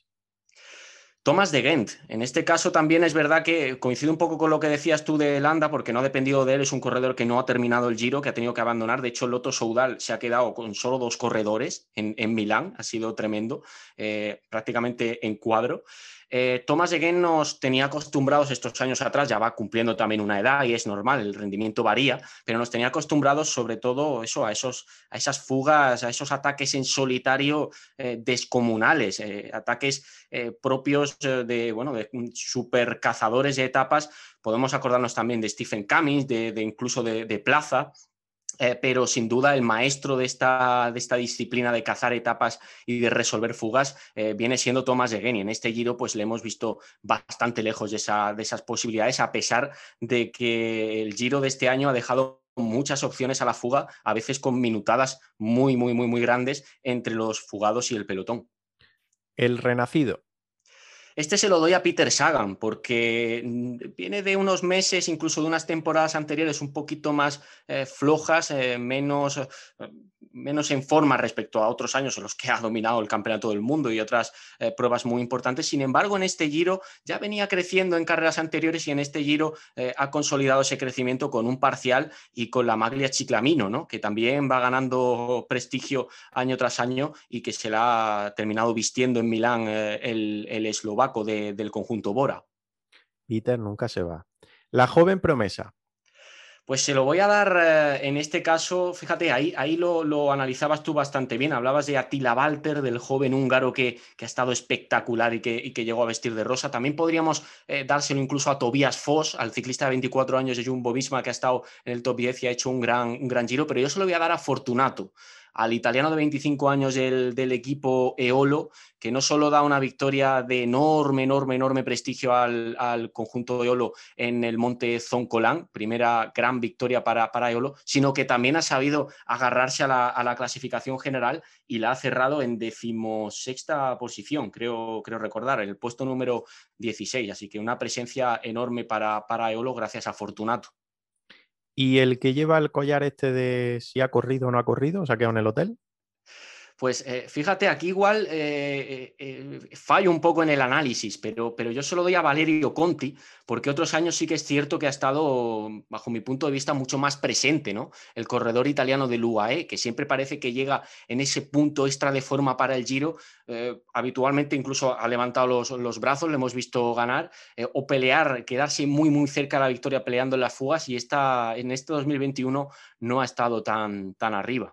Thomas de Gendt. En este caso también es verdad que coincide un poco con lo que decías tú de Landa, porque no ha dependido de él, es un corredor que no ha terminado el Giro, que ha tenido que abandonar. De hecho, Lotto Soudal se ha quedado con solo dos corredores en, en Milán, ha sido tremendo, eh, prácticamente en cuadro. Eh, Thomas de Gendt nos tenía acostumbrados estos años atrás, ya va cumpliendo también una edad y es normal, el rendimiento varía, pero nos tenía acostumbrados sobre todo eso, a, esos, a esas fugas, a esos ataques en solitario eh, descomunales, eh, ataques eh, propios eh, de, bueno, de super cazadores de etapas. Podemos acordarnos también de Stephen Cummings, de, de incluso de, de Plaza. Eh, pero sin duda el maestro de esta, de esta disciplina de cazar etapas y de resolver fugas eh, viene siendo Thomas de Gendt. En este Giro pues le hemos visto bastante lejos de, esa, de esas posibilidades, a pesar de que el Giro de este año ha dejado muchas opciones a la fuga, a veces con minutadas muy, muy, muy, muy grandes entre los fugados y el pelotón. El renacido. Este se lo doy a Peter Sagan porque viene de unos meses, incluso de unas temporadas anteriores un poquito más eh, flojas, eh, menos, eh, menos en forma respecto a otros años en los que ha dominado el campeonato del mundo y otras eh, pruebas muy importantes. Sin embargo, en este Giro ya venía creciendo en carreras anteriores y en este Giro eh, ha consolidado ese crecimiento con un parcial y con la Maglia Ciclamino, ¿no? Que también va ganando prestigio año tras año y que se la ha terminado vistiendo en Milán eh, el, el eslovaco De, del conjunto Bora. Peter nunca se va. La joven promesa. Pues se lo voy a dar eh, en este caso, fíjate, ahí, ahí lo, lo analizabas tú bastante bien, hablabas de Attila Valter, del joven húngaro que, que ha estado espectacular y que, y que llegó a vestir de rosa. También podríamos eh, dárselo incluso a Tobias Foss, al ciclista de veinticuatro años de Jumbo-Visma que ha estado en el top diez y ha hecho un gran, un gran Giro, pero yo se lo voy a dar a Fortunato, al italiano de veinticinco años del, del equipo Eolo, que no solo da una victoria de enorme, enorme, enorme prestigio al, al conjunto Eolo en el monte Zoncolan, primera gran victoria para, para Eolo, sino que también ha sabido agarrarse a la, a la clasificación general y la ha cerrado en decimosexta posición, creo, creo recordar, en el puesto número dieciséis, así que una presencia enorme para, para Eolo gracias a Fortunato. ¿Y el que lleva el collar este de si ha corrido o no ha corrido, se ha quedado en el hotel? Pues eh, fíjate, aquí igual eh, eh, fallo un poco en el análisis, pero, pero yo se lo doy a Valerio Conti, porque otros años sí que es cierto que ha estado, bajo mi punto de vista, mucho más presente, ¿no? El corredor italiano del U A E, que siempre parece que llega en ese punto extra de forma para el Giro, eh, habitualmente incluso ha levantado los, los brazos, le hemos visto ganar, eh, o pelear, quedarse muy, muy cerca de la victoria peleando en las fugas, y esta, en este dos mil veintiuno no ha estado tan, tan arriba.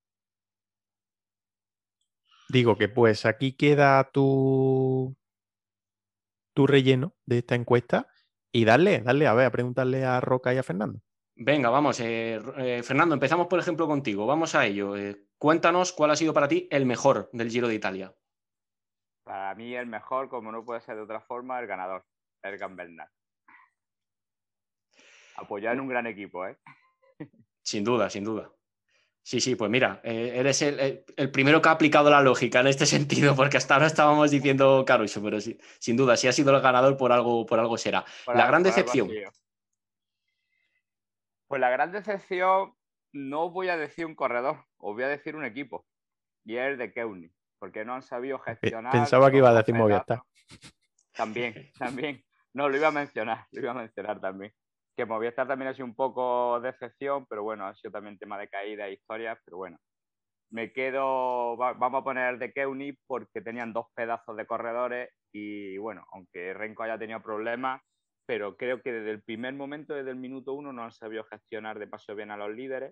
Digo que pues aquí queda tu, tu relleno de esta encuesta y darle, darle, a ver, a preguntarle a Roca y a Fernando. Venga, vamos. Eh, eh, Fernando, empezamos por ejemplo contigo. Vamos a ello. Eh, cuéntanos cuál ha sido para ti el mejor del Giro de Italia. Para mí el mejor, como no puede ser de otra forma, el ganador, Egan Bernal. Apoyar en un gran equipo, ¿eh? Sin duda, sin duda. Sí, sí, pues mira, eh, eres el, el, el primero que ha aplicado la lógica en este sentido, porque hasta ahora estábamos diciendo Caruso, pero sí, sin duda, si ha sido el ganador, por algo, por algo será. Por la algo, gran decepción. Pues la gran decepción, no voy a decir un corredor, os voy a decir un equipo, y es el de Kewney, porque no han sabido gestionar. Pensaba que iba a decir Movistar. También, también. No, lo iba a mencionar, lo iba a mencionar también. Que Movistar también ha sido un poco de decepción, pero bueno, ha sido también tema de caída e historias, pero bueno. Me quedo, va, vamos a poner el de Kewney porque tenían dos pedazos de corredores y bueno, aunque Renko haya tenido problemas, pero creo que desde el primer momento, desde el minuto uno, no han sabido gestionar de paso bien a los líderes.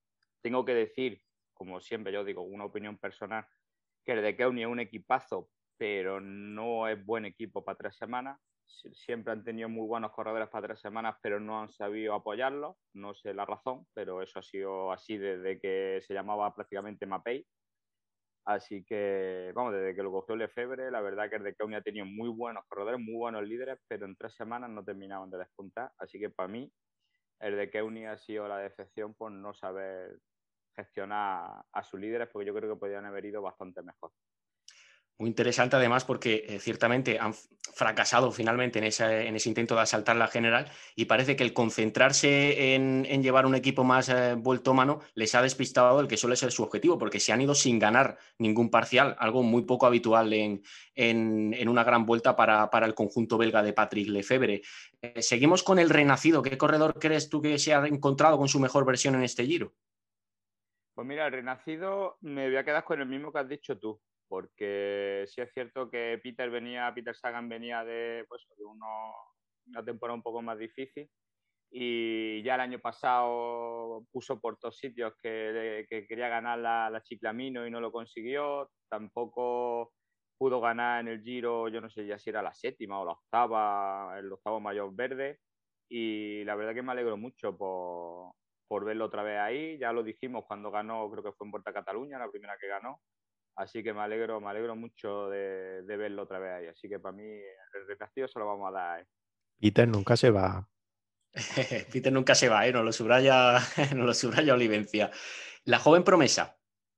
Tengo que decir, como siempre yo digo, una opinión personal, que el de Kewney es un equipazo, pero no es buen equipo para tres semanas. Siempre han tenido muy buenos corredores para tres semanas, pero no han sabido apoyarlos. No sé la razón, pero eso ha sido así desde que se llamaba prácticamente Mapei. Así que, vamos, desde que lo cogió Lefebvre, la verdad que el de Keunia ha tenido muy buenos corredores, muy buenos líderes, pero en tres semanas no terminaban de despuntar. Así que para mí, el de Keunia ha sido la decepción por no saber gestionar a sus líderes, porque yo creo que podrían haber ido bastante mejor. Muy interesante además porque eh, ciertamente han fracasado finalmente en ese, en ese intento de asaltar la general y parece que el concentrarse en, en llevar un equipo más eh, vueltómano les ha despistado el que suele ser su objetivo, porque se han ido sin ganar ningún parcial, algo muy poco habitual en, en, en una gran vuelta para, para el conjunto belga de Patrick Lefebvre. Eh, seguimos con el renacido. ¿Qué corredor crees tú que se ha encontrado con su mejor versión en este Giro? Pues mira, el renacido me voy a quedar con el mismo que has dicho tú, porque sí es cierto que Peter venía, Peter Sagan venía de, pues, de uno, una temporada un poco más difícil y ya el año pasado puso por todos sitios que, que quería ganar la, la Chiclamino y no lo consiguió. Tampoco pudo ganar en el Giro, yo no sé ya si era la séptima o la octava, el octavo mayor verde, y la verdad que me alegro mucho por, por verlo otra vez ahí. Ya lo dijimos cuando ganó, creo que fue en Vuelta a Cataluña, la primera que ganó. Así que me alegro, me alegro mucho de, de verlo otra vez ahí. Así que para mí el renacido se lo vamos a dar. ¿Eh? Peter nunca se va. Peter nunca se va, ¿eh? Nos lo subraya, nos lo subraya Olivencia. La joven promesa.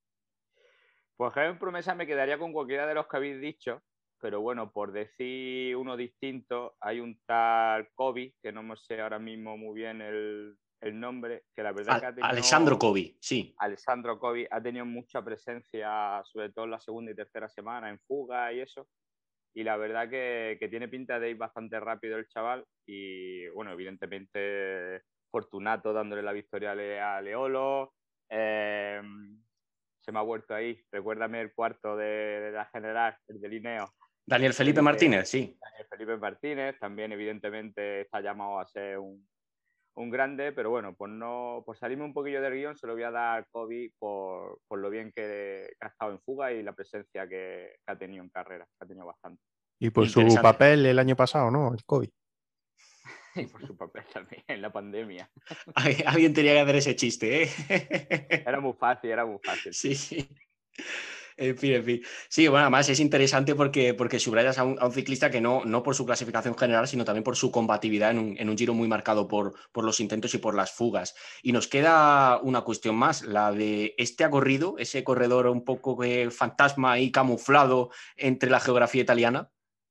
Pues joven promesa me quedaría con cualquiera de los que habéis dicho, pero bueno, por decir uno distinto, hay un tal Kobe, que no me sé ahora mismo muy bien el, el nombre, que la verdad Al, es que ha tenido... Alessandro Kobe, sí. Alessandro Kobe ha tenido mucha presencia, sobre todo en la segunda y tercera semana, en fuga y eso. Y la verdad que, que tiene pinta de ir bastante rápido el chaval. Y bueno, evidentemente Fortunato dándole la victoria a Leolo. Eh, se me ha vuelto ahí. Recuérdame el cuarto de, de la general, el de Lineo. Daniel Felipe, Felipe Martínez, sí. Daniel Felipe Martínez también evidentemente está llamado a ser un, un grande, pero bueno, pues no, por salirme un poquillo del guión, se lo voy a dar a Kobe por, por lo bien que, que ha estado en fuga y la presencia que, que ha tenido en carrera, que ha tenido bastante. Y por su papel el año pasado, ¿no? El Kobe. Y por su papel también en la pandemia. Alguien tenía que hacer ese chiste, ¿eh? Era muy fácil, era muy fácil. Sí, sí. En fin, en fin. Sí, bueno, además es interesante porque, porque subrayas a un, a un ciclista que no, no por su clasificación general, sino también por su combatividad en un, en un Giro muy marcado por, por los intentos y por las fugas. Y nos queda una cuestión más, la de este ha corrido, ese corredor un poco que fantasma y camuflado entre la geografía italiana.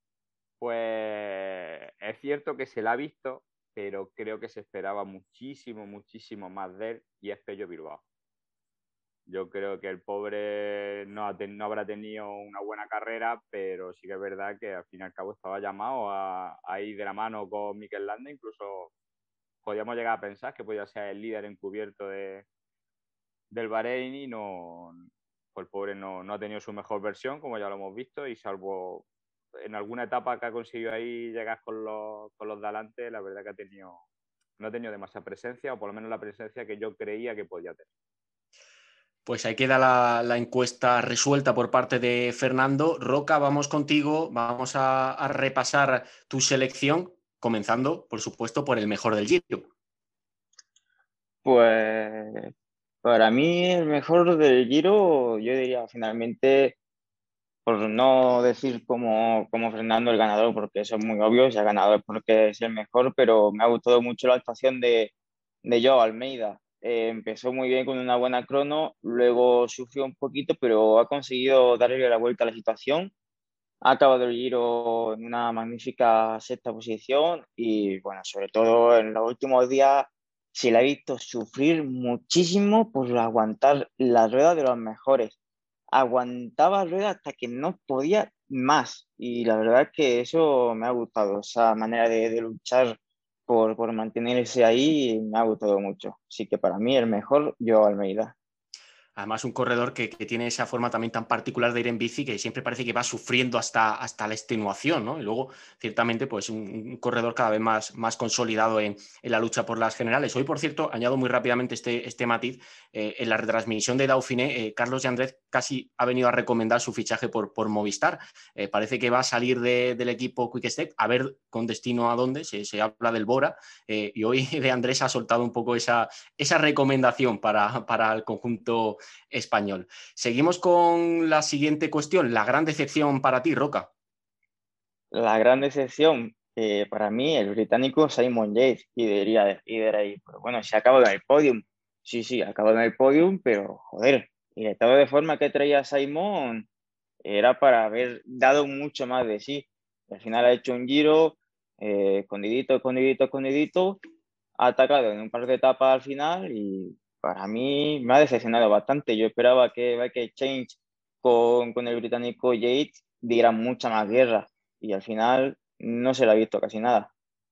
Pues es cierto que se la ha visto, pero creo que se esperaba muchísimo, muchísimo más de él, y es Pello Bilbao. Yo creo que el pobre no, ha ten, no habrá tenido una buena carrera, pero sí que es verdad que al fin y al cabo estaba llamado a, a ir de la mano con Mikel Landa. Incluso podíamos llegar a pensar que podía ser el líder encubierto de, del Bahrein y no, pues el pobre no, no ha tenido su mejor versión, como ya lo hemos visto, y salvo en alguna etapa que ha conseguido ahí llegar con los, con los de adelante, la verdad que ha tenido, no ha tenido demasiada presencia, o por lo menos la presencia que yo creía que podía tener. Pues ahí queda la, la encuesta resuelta por parte de Fernando. Roca, vamos contigo, vamos a, a repasar tu selección, comenzando, por supuesto, por el mejor del Giro. Pues para mí el mejor del Giro, yo diría finalmente, por no decir como, como Fernando el ganador, porque eso es muy obvio, si ha ganado es porque es el mejor, pero me ha gustado mucho la actuación de, de Joao Almeida. Eh, empezó muy bien con una buena crono, luego sufrió un poquito, pero ha conseguido darle la vuelta a la situación. Ha acabado el Giro en una magnífica sexta posición y, bueno, sobre todo en los últimos días se le ha visto sufrir muchísimo por aguantar la rueda de los mejores. Aguantaba rueda hasta que no podía más y la verdad es que eso me ha gustado, esa manera de, de luchar por, por mantenerse ahí me ha gustado mucho. Así que para mí el mejor, Joao Almeida. Además, un corredor que, que tiene esa forma también tan particular de ir en bici que siempre parece que va sufriendo hasta, hasta la extenuación, ¿no? Y luego, ciertamente, pues un, un corredor cada vez más, más consolidado en, en la lucha por las generales. Hoy, por cierto, añado muy rápidamente este, este matiz, eh, en la retransmisión de Dauphiné, eh, Carlos Jandrés casi ha venido a recomendar su fichaje por, por Movistar. Eh, parece que va a salir de, del equipo Quick Step, a ver con destino a dónde, se, se habla del Bora, eh, y hoy de Andrés ha soltado un poco esa, esa recomendación para, para el conjunto español. Seguimos con la siguiente cuestión, la gran decepción para ti, Roca. La gran decepción, eh, para mí, el británico Simon Yates, y debería decir ahí, pero bueno, se ha acabado en el podium. Sí, sí, ha acabado en el podium, pero joder, el estado de forma que traía Simon era para haber dado mucho más de sí. Al final ha hecho un giro, eh, escondidito, escondidito, escondidito, ha atacado en un par de etapas al final y para mí me ha decepcionado bastante. Yo esperaba que Bike Exchange con, con el británico Yates diera mucha más guerra y al final no se le ha visto casi nada.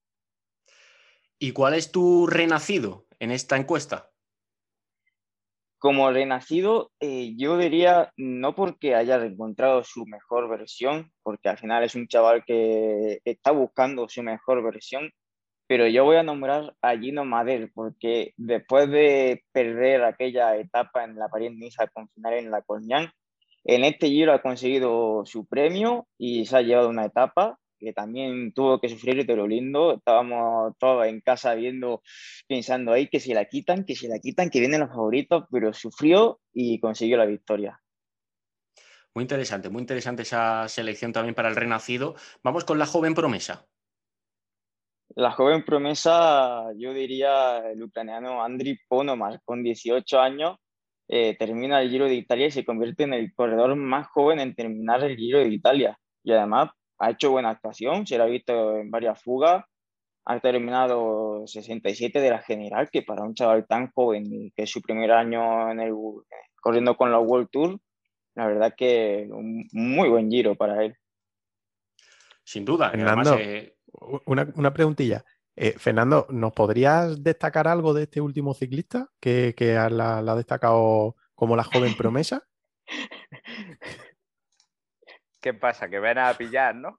¿Y cuál es tu renacido en esta encuesta? Como renacido, eh, yo diría no porque haya encontrado su mejor versión, porque al final es un chaval que está buscando su mejor versión, pero yo voy a nombrar a Gino Madel, porque después de perder aquella etapa en la París-Niza con final en la Colñán, en este Giro ha conseguido su premio y se ha llevado una etapa que también tuvo que sufrir de lo lindo. Estábamos todos en casa viendo, pensando ahí que si la quitan, que si la quitan, que vienen los favoritos, pero sufrió y consiguió la victoria. Muy interesante, muy interesante esa selección también para el renacido. Vamos con la joven promesa. La joven promesa, yo diría el ucraniano Andriy Ponomarev, con dieciocho años, eh, termina el Giro de Italia y se convierte en el corredor más joven en terminar el Giro de Italia. Y además ha hecho buena actuación, se lo ha visto en varias fugas, ha terminado sesenta y siete de la general, que para un chaval tan joven y que es su primer año en el, corriendo con la World Tour, la verdad que un muy buen Giro para él. Sin duda. Fernando, además, eh... una, una preguntilla. Eh, Fernando, ¿nos podrías destacar algo de este último ciclista que, que la, la ha destacado como la joven promesa? ¿Qué pasa? Que ven a pillar, ¿no?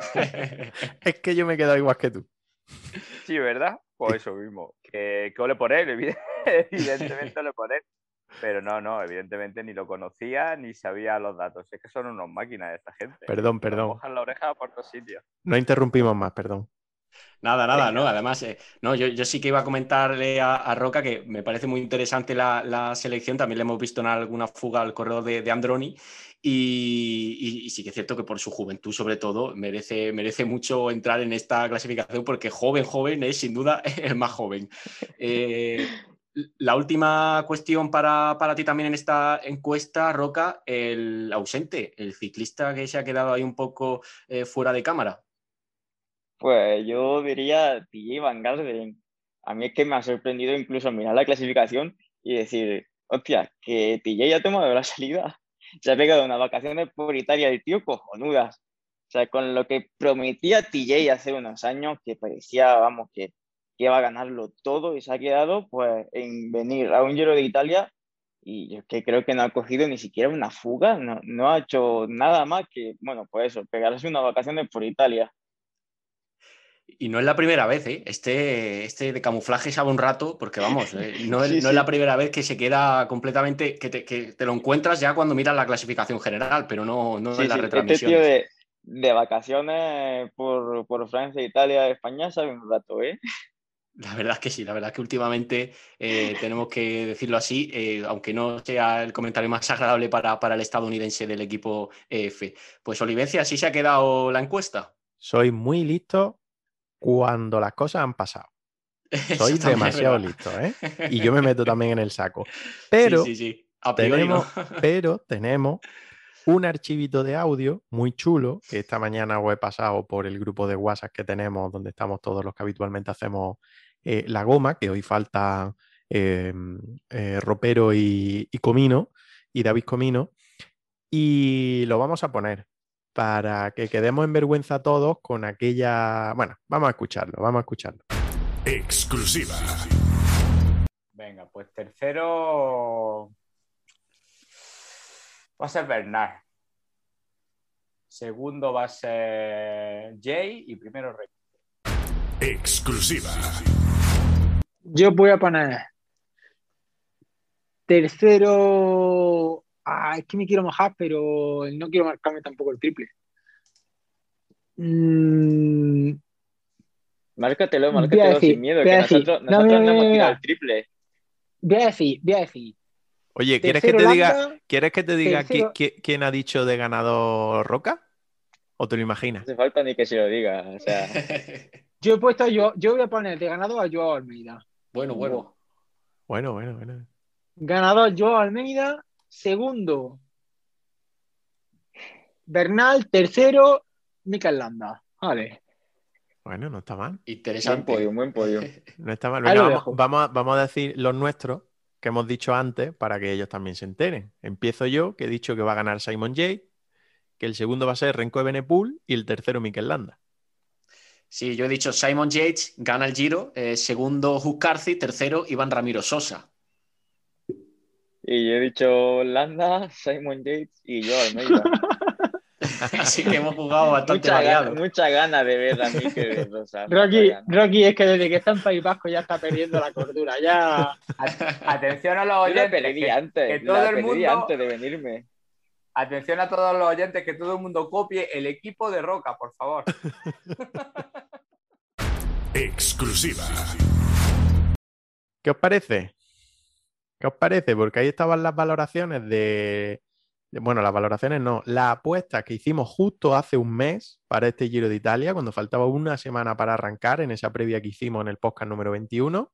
Es que yo me he quedado igual que tú. Sí, ¿verdad? Pues eso mismo. Que, que ole por él, evidentemente ole por él. Pero no, no, evidentemente ni lo conocía ni sabía los datos. Es que son unos máquinas esta gente. Perdón, perdón. Nos mojan la oreja por todos sitios. No interrumpimos más, perdón. Nada, nada, no. Además, eh, no, yo, yo sí que iba a comentarle a, a Roca que me parece muy interesante la, la selección. También le hemos visto en alguna fuga al corredor de, de Androni. Y, y, y sí que es cierto que por su juventud, sobre todo, merece, merece mucho entrar en esta clasificación porque joven, joven es sin duda el más joven. Eh, la última cuestión para, para ti también en esta encuesta, Roca, el ausente, el ciclista que se ha quedado ahí un poco eh, fuera de cámara. Pues yo diría T J Van Garderen. A mí es que me ha sorprendido incluso mirar la clasificación y decir, hostia, que T J ya ha tomado la salida. Se ha pegado unas vacaciones por Italia el tío cojonudas. O sea, con lo que prometía T J hace unos años, que parecía, vamos, que, que iba a ganarlo todo y se ha quedado pues en venir a un Giro de Italia y yo que creo que no ha cogido ni siquiera una fuga, no, no ha hecho nada más que, bueno, pues eso, pegarse unas vacaciones por Italia. Y no es la primera vez, ¿eh? Este, este de camuflaje sabe un rato, porque vamos, eh, no, es, Sí, no sí. es la primera vez que se queda completamente, que te, que te lo encuentras ya cuando miras la clasificación general, pero no, no Sí, en las sí. retransmisiones. Este tío de, de vacaciones por, por Francia, Italia, España sabe un rato, ¿eh? La verdad es que sí, la verdad es que últimamente eh, tenemos que decirlo así, eh, aunque no sea el comentario más agradable para, para el estadounidense del equipo E F. Pues Olivencia, así se ha quedado la encuesta. Soy muy listo cuando las cosas han pasado. Soy demasiado listo, ¿eh? Y yo me meto también en el saco. Pero, sí, sí, sí. A priori tenemos, no. pero tenemos un archivito de audio muy chulo que esta mañana os he pasado por el grupo de WhatsApp que tenemos, donde estamos todos los que habitualmente hacemos eh, la goma, que hoy falta eh, eh, Ropero y, y Comino, y David Comino, y lo vamos a poner para que quedemos en vergüenza todos con aquella... Bueno, vamos a escucharlo, vamos a escucharlo. Exclusiva. Venga, pues tercero... Va a ser Bernal. Segundo va a ser Jay y primero Rey. Exclusiva. Yo voy a poner tercero. Ah, es que me quiero mojar, pero no quiero marcarme tampoco el triple. Mm, Márcatelo, voy a márcatelo decir, sin miedo, voy a que decir, nosotros, no, nosotros mira, no hemos mira, tirado mira. el triple. Voy a decir, voy a decir. Oye, ¿quieres que Tercero te diga, Landa, ¿quieres que te diga qui- tercero. qui- quién ha dicho de ganador Roca? ¿O te lo No imaginas? hace falta ni que se lo diga. O sea, Yo he puesto yo, yo voy a poner de ganador a Joao Almeida. Bueno, bueno. Bueno, bueno, bueno. Ganador Joao Almeida. Segundo, Bernal. Tercero, Mikel Landa. Vale. Bueno, no está mal. buen Interesante. podio, buen podio. No está mal. Ahí Venga, lo vamos, dejo. vamos, a, vamos a decir los nuestros que hemos dicho antes para que ellos también se enteren. Empiezo yo, que he dicho que va a ganar Simon Yates, que el segundo va a ser Renko Evenepoel y el tercero Mikel Landa. Sí, yo he dicho Simon Yates, gana el Giro. eh, segundo, Hugh Carthy. Tercero, Iván Ramiro Sosa. Y yo he dicho Landa, Simon Yates y yo Almeida. Así que hemos jugado bastante Mucha, variado. gana, mucha gana de ver a Mikel de Rosa. Rocky, Rocky es que desde que está en País Vasco ya está perdiendo la cordura. Ya. Atención a los Yo la oyentes. perdí que, antes, que todo la el perdí mundo. antes de venirme. Atención a todos los oyentes, que todo el mundo copie el equipo de Roca, por favor. Exclusiva. ¿Qué os parece? ¿Qué os parece? Porque ahí estaban las valoraciones de... de- Bueno, las valoraciones no, la apuesta que hicimos justo hace un mes para este Giro de Italia, cuando faltaba una semana para arrancar, en esa previa que hicimos en el podcast número veintiuno.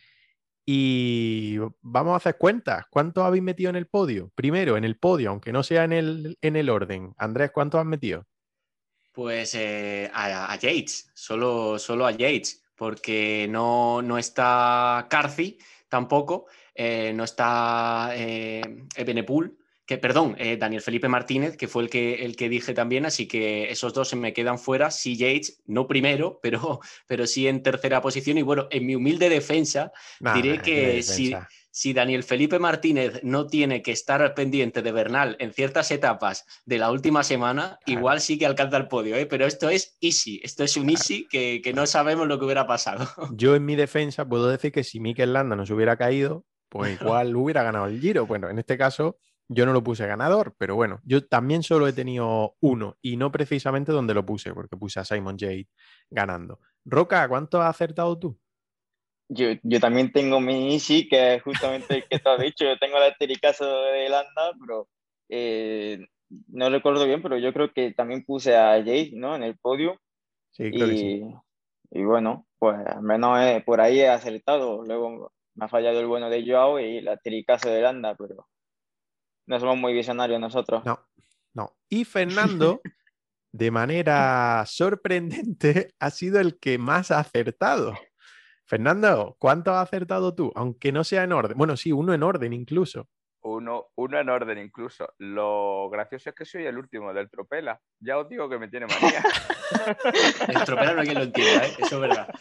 Y vamos a hacer cuentas. ¿Cuántos habéis metido en el podio? Primero, en el podio, aunque no sea en el, en el orden. Andrés, ¿cuántos has metido? Pues eh, a, a Yates, solo, solo a Yates, porque no, no está Carthy tampoco, eh, no está eh, Evenepoel, que perdón, eh, Daniel Felipe Martínez, que fue el que, el que dije también, así que esos dos se me quedan fuera. Sí, Yates, no primero, pero, pero sí en tercera posición. Y bueno, en mi humilde defensa, Nah, diré nah, que qué si, defensa. si Daniel Felipe Martínez no tiene que estar pendiente de Bernal en ciertas etapas de la última semana, Claro. igual sí que alcanza el podio, ¿eh? Pero esto es easy, esto es un easy que, que no sabemos lo que hubiera pasado. Yo en mi defensa puedo decir que si Mikel Landa no se hubiera caído, pues igual hubiera ganado el Giro. Bueno, en este caso yo no lo puse ganador, pero bueno, yo también solo he tenido uno y no precisamente donde lo puse, porque puse a Simon Yates ganando. Roca, ¿cuánto has acertado tú? Yo, yo también tengo mi Easy, que es justamente el que te has dicho. Yo tengo la Estericazo de Landa, pero eh, no recuerdo bien, pero yo creo que también puse a Jay, ¿no? En el podio. Sí, creo que sí. Y, y bueno, pues al menos eh, por ahí he acertado. Luego me ha fallado el bueno de Joao y la Estericazo de Landa, pero no somos muy visionarios nosotros. No, no. Y Fernando, de manera sorprendente, ha sido el que más ha acertado. Fernando, ¿cuánto has acertado tú? Aunque no sea en orden. Bueno, sí, uno en orden incluso. Uno, uno en orden incluso. Lo gracioso es que soy el último del Tropela. Ya os digo que me tiene manía. El Tropela no hay quien lo entienda, ¿eh? Eso es verdad.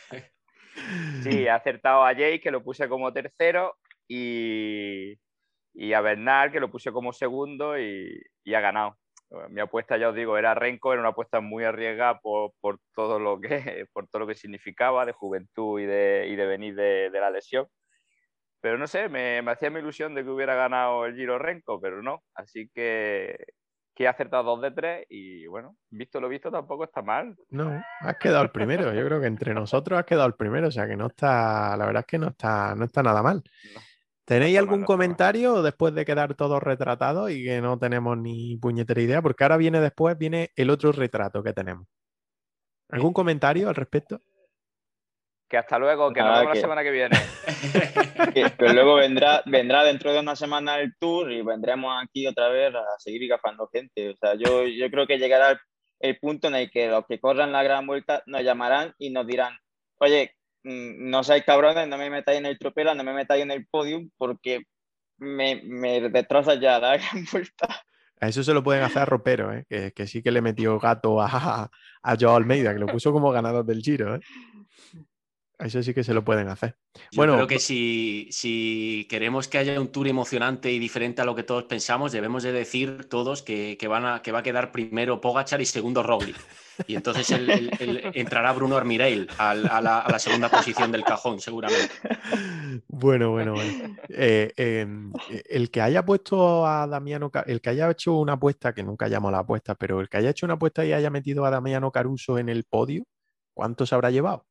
Sí, he acertado a Jay, que lo puse como tercero, y, y a Bernal, que lo puse como segundo, y, y ha ganado. Mi apuesta, ya os digo, era Renko, era una apuesta muy arriesgada por, por, todo, lo que, por todo lo que significaba de juventud y de, y de venir de, de la lesión. Pero no sé, me, me hacía mi ilusión de que hubiera ganado el Giro Renko, pero no. Así que, que he acertado dos de tres y bueno, visto lo visto tampoco está mal. No, has quedado el primero. Yo creo que entre nosotros has quedado el primero, o sea que no está, la verdad es que no está, no está nada mal. No. ¿Tenéis No algún mal, no comentario después de quedar todos retratados y que no tenemos ni puñetera idea? Porque ahora viene después, viene el otro retrato que tenemos. ¿Algún comentario al respecto? Que hasta luego, que Nada, nos vemos que- la semana que viene. Que, que luego vendrá, vendrá dentro de una semana el tour y vendremos aquí otra vez a seguir gafando gente. O sea, yo, yo creo que llegará el, el punto en el que los que corran la gran vuelta nos llamarán y nos dirán, oye, mm, no seáis cabrones, no me metáis en el Tropela, no me metáis en el podium porque me, me destrozas ya la gran vuelta. A eso se lo pueden hacer a Ropero, ¿eh? que, que sí que le metió gato a, a Joao Almeida, que lo puso como ganador del Giro. ¿eh? Eso sí que se lo pueden hacer. Yo bueno, creo que si, si queremos que haya un Tour emocionante y diferente a lo que todos pensamos, debemos de decir todos que, que, van a, que va a quedar primero Pogačar y segundo Roglic. Y entonces el, el, el, entrará Bruno Armirel al, a, la, a la segunda posición del cajón, seguramente. Bueno, bueno, bueno. Eh, eh, el que haya puesto a Damiano, el que haya hecho una apuesta, que nunca llamo la apuesta, pero el que haya hecho una apuesta y haya metido a Damiano Caruso en el podio, ¿cuánto se habrá llevado?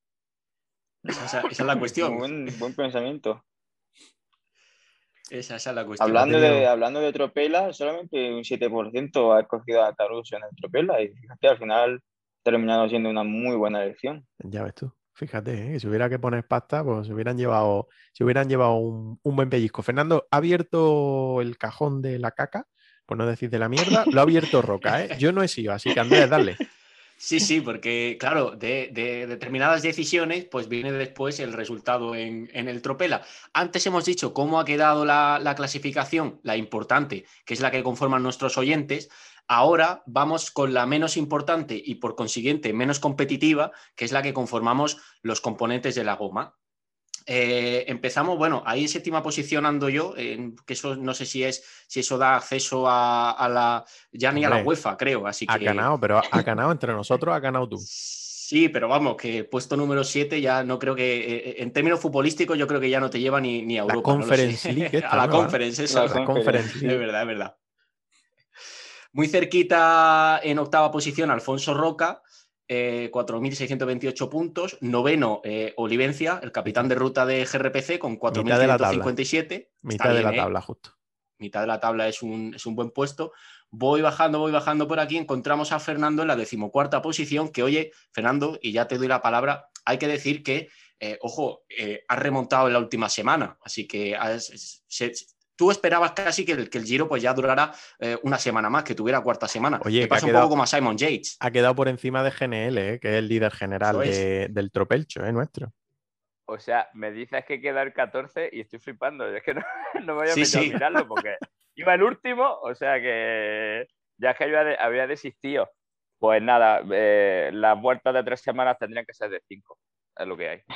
Esa, esa, esa es la cuestión. Buen, buen pensamiento. Esa, esa es la cuestión. Hablando de, hablando de Tropela, solamente un siete por ciento ha escogido a Caruso en el Tropela y fíjate, al final ha terminado siendo una muy buena elección. Ya ves tú. Fíjate, ¿eh? Que si hubiera que poner pasta, pues se hubieran llevado, se hubieran llevado un, un buen pellizco. Fernando, ha abierto el cajón de la caca, por no decir de la mierda, lo ha abierto Roca, ¿eh? Yo no he sido, así que Andrés, dale. Sí, sí, porque claro, de, de determinadas decisiones, pues viene después el resultado en, en el Tropela. Antes hemos dicho cómo ha quedado la, la clasificación, la importante, que es la que conforman nuestros oyentes. Ahora vamos con la menos importante y por consiguiente menos competitiva, que es la que conformamos los componentes de la goma. Eh, empezamos, bueno, ahí en séptima posición ando yo, eh, que eso no sé si es si eso da acceso a, a la ya ni Hombre, a la UEFA, creo, así que ha ganado, pero ha ganado entre nosotros, ha ganado tú. Sí, pero vamos, que el puesto número siete ya no creo que, eh, en términos futbolísticos, yo creo que ya no te lleva ni, ni a Europa. La Conference no League esta, a la ¿no? Conference, eso. La, la Conference League. Es verdad, es verdad. Muy cerquita en octava posición, Alfonso Roca, eh, cuatro mil seiscientos veintiocho puntos. Noveno, eh, Olivencia, el capitán de ruta de G R P C, con cuatro mil quinientos cincuenta y siete. Mitad de la tabla, mitad de la tabla ¿eh? justo. Mitad de la tabla es un, es un buen puesto. Voy bajando, voy bajando por aquí. Encontramos a Fernando en la decimocuarta posición. Que, oye, Fernando, y ya te doy la palabra, hay que decir que, eh, ojo, eh, has remontado en la última semana. Así que has, se, tú esperabas casi que el, que el Giro pues ya durara eh, una semana más, que tuviera cuarta semana. Oye, te pasa un quedado, poco como a Simon Yates. Ha quedado por encima de G N L, ¿eh? Que es el líder general de, del Tropelcho, ¿eh? Nuestro. O sea, me dices que queda el catorce y estoy flipando. Es que no, no me voy a Sí, meter sí. a mirarlo porque iba el último, o sea que ya es que yo había, había desistido. Pues nada, eh, las vueltas de tres semanas tendrían que ser de cinco. Es lo que hay.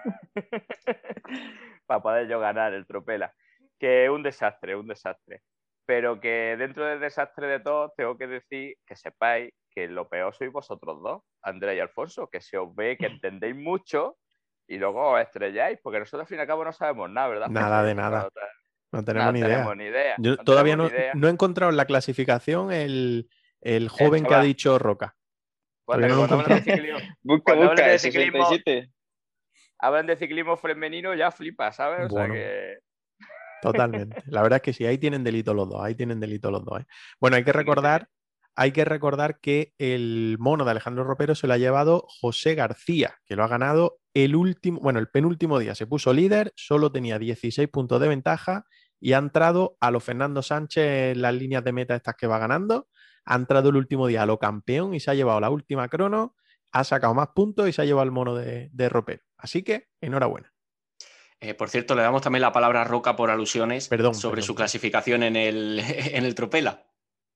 Para poder yo ganar el Tropela. Que es un desastre, un desastre. Pero que dentro del desastre de todos, tengo que decir que sepáis que lo peor sois vosotros dos, Andrés y Alfonso, que se os ve que entendéis mucho y luego os estrelláis, porque nosotros al fin y al cabo no sabemos nada, ¿verdad? Nada Porque de nada. No tenemos, nada, ni, idea. tenemos ni idea. Yo no todavía no, idea. no he encontrado en la clasificación el, el joven el que ha dicho Roca. Cuando, no cuando hablan de ciclismo, busca, cuando busca, hablan de ciclismo, sesenta y siete. Hablan de ciclismo femenino, ya flipa, ¿sabes? Bueno, o sea que... Totalmente. La verdad es que sí, ahí tienen delito los dos, ahí tienen delito los dos. ¿eh? Bueno, hay que recordar, hay que recordar que el mono de Alejandro Ropero se lo ha llevado José García, que lo ha ganado el último, bueno, el penúltimo día. Se puso líder, solo tenía dieciséis puntos de ventaja y ha entrado a los Fernando Sánchez en las líneas de meta estas que va ganando. Ha entrado el último día a lo campeón y se ha llevado la última crono, ha sacado más puntos y se ha llevado el mono de, de Ropero. Así que, enhorabuena. Eh, por cierto, le damos también la palabra a Roca por alusiones perdón, sobre perdón. su clasificación en el, en el Tropela.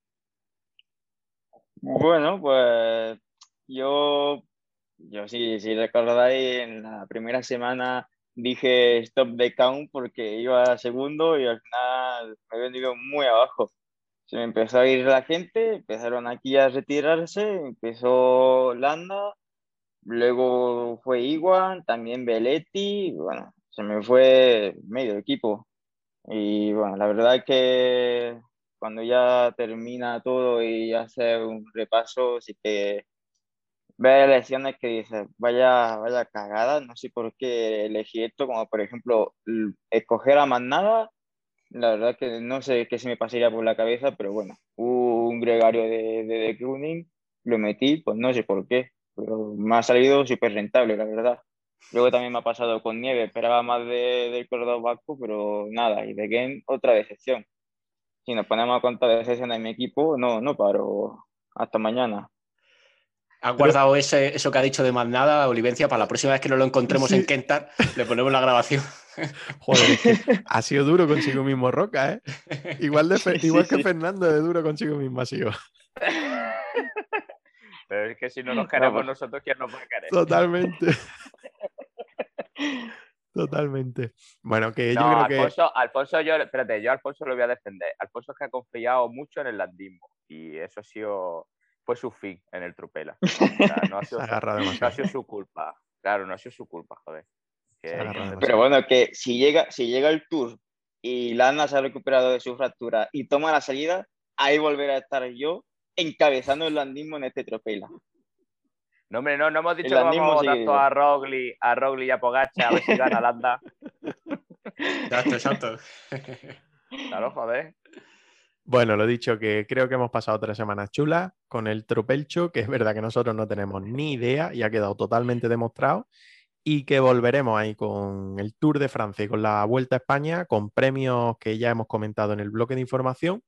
Bueno, pues yo, yo sí, si recordáis, en la primera semana dije stop the count porque iba segundo y al final me había venido muy abajo. Se me empezó a ir la gente, empezaron aquí a retirarse, empezó Landa, luego fue Iguan, también Belletti, bueno, se me fue medio equipo. Y bueno, la verdad es que cuando ya termina todo y hace un repaso, sí que ve elecciones que dices, vaya, vaya cagada, no sé por qué elegí esto, como por ejemplo, escoger a más nada, la verdad es que no sé qué se me pasaría por la cabeza, pero bueno, hubo un gregario de, de, de Kruning, lo metí, pues no sé por qué, pero me ha salido súper rentable, la verdad. Luego también me ha pasado con Nieve, esperaba más de, del corredor vasco, pero nada, y de Game otra decepción. Si nos ponemos a contar decepciones en mi equipo, no, no paro hasta mañana. ¿Has guardado ese, eso que ha dicho de más nada, Olivencia? Para la próxima vez que nos lo encontremos sí. en Kentar, le ponemos la grabación. Joder, es que ha sido duro consigo mismo Roca, ¿eh? Igual, de Fe, igual sí, que sí. Fernando de duro consigo mismo ha sido. Pero es que si no nos queremos no, pues, nosotros, ¿quién nos va a querer? Totalmente. Totalmente. Bueno, que yo No, creo que Alfonso, Alfonso, yo, espérate, yo a Alfonso lo voy a defender. Alfonso es que ha confiado mucho en el landismo y eso ha sido, fue su fin en el Trupela. O sea, no ha se sido, ha su- agarrado no ha demasiado. sido su culpa. Claro, no ha sido su culpa, joder. Se ha Que hay que agarrado entender. Pero demasiado. bueno, que si llega, si llega el Tour y Lana se ha recuperado de su fractura y toma la salida, ahí volverá a estar yo encabezando el landismo en este Tropela. No, hombre, no, no hemos El dicho que vamos a landismo votar sigue todos vivo. a Rogli, a Rogli y a Pogacar a ver si gana Landa. Exacto, exacto. Claro, joder. Bueno, lo dicho, que creo que hemos pasado tres semanas chulas con el Tropelcho, que es verdad que nosotros no tenemos ni idea y ha quedado totalmente demostrado, y que volveremos ahí con el Tour de Francia y con la Vuelta a España, con premios que ya hemos comentado en el bloque de información.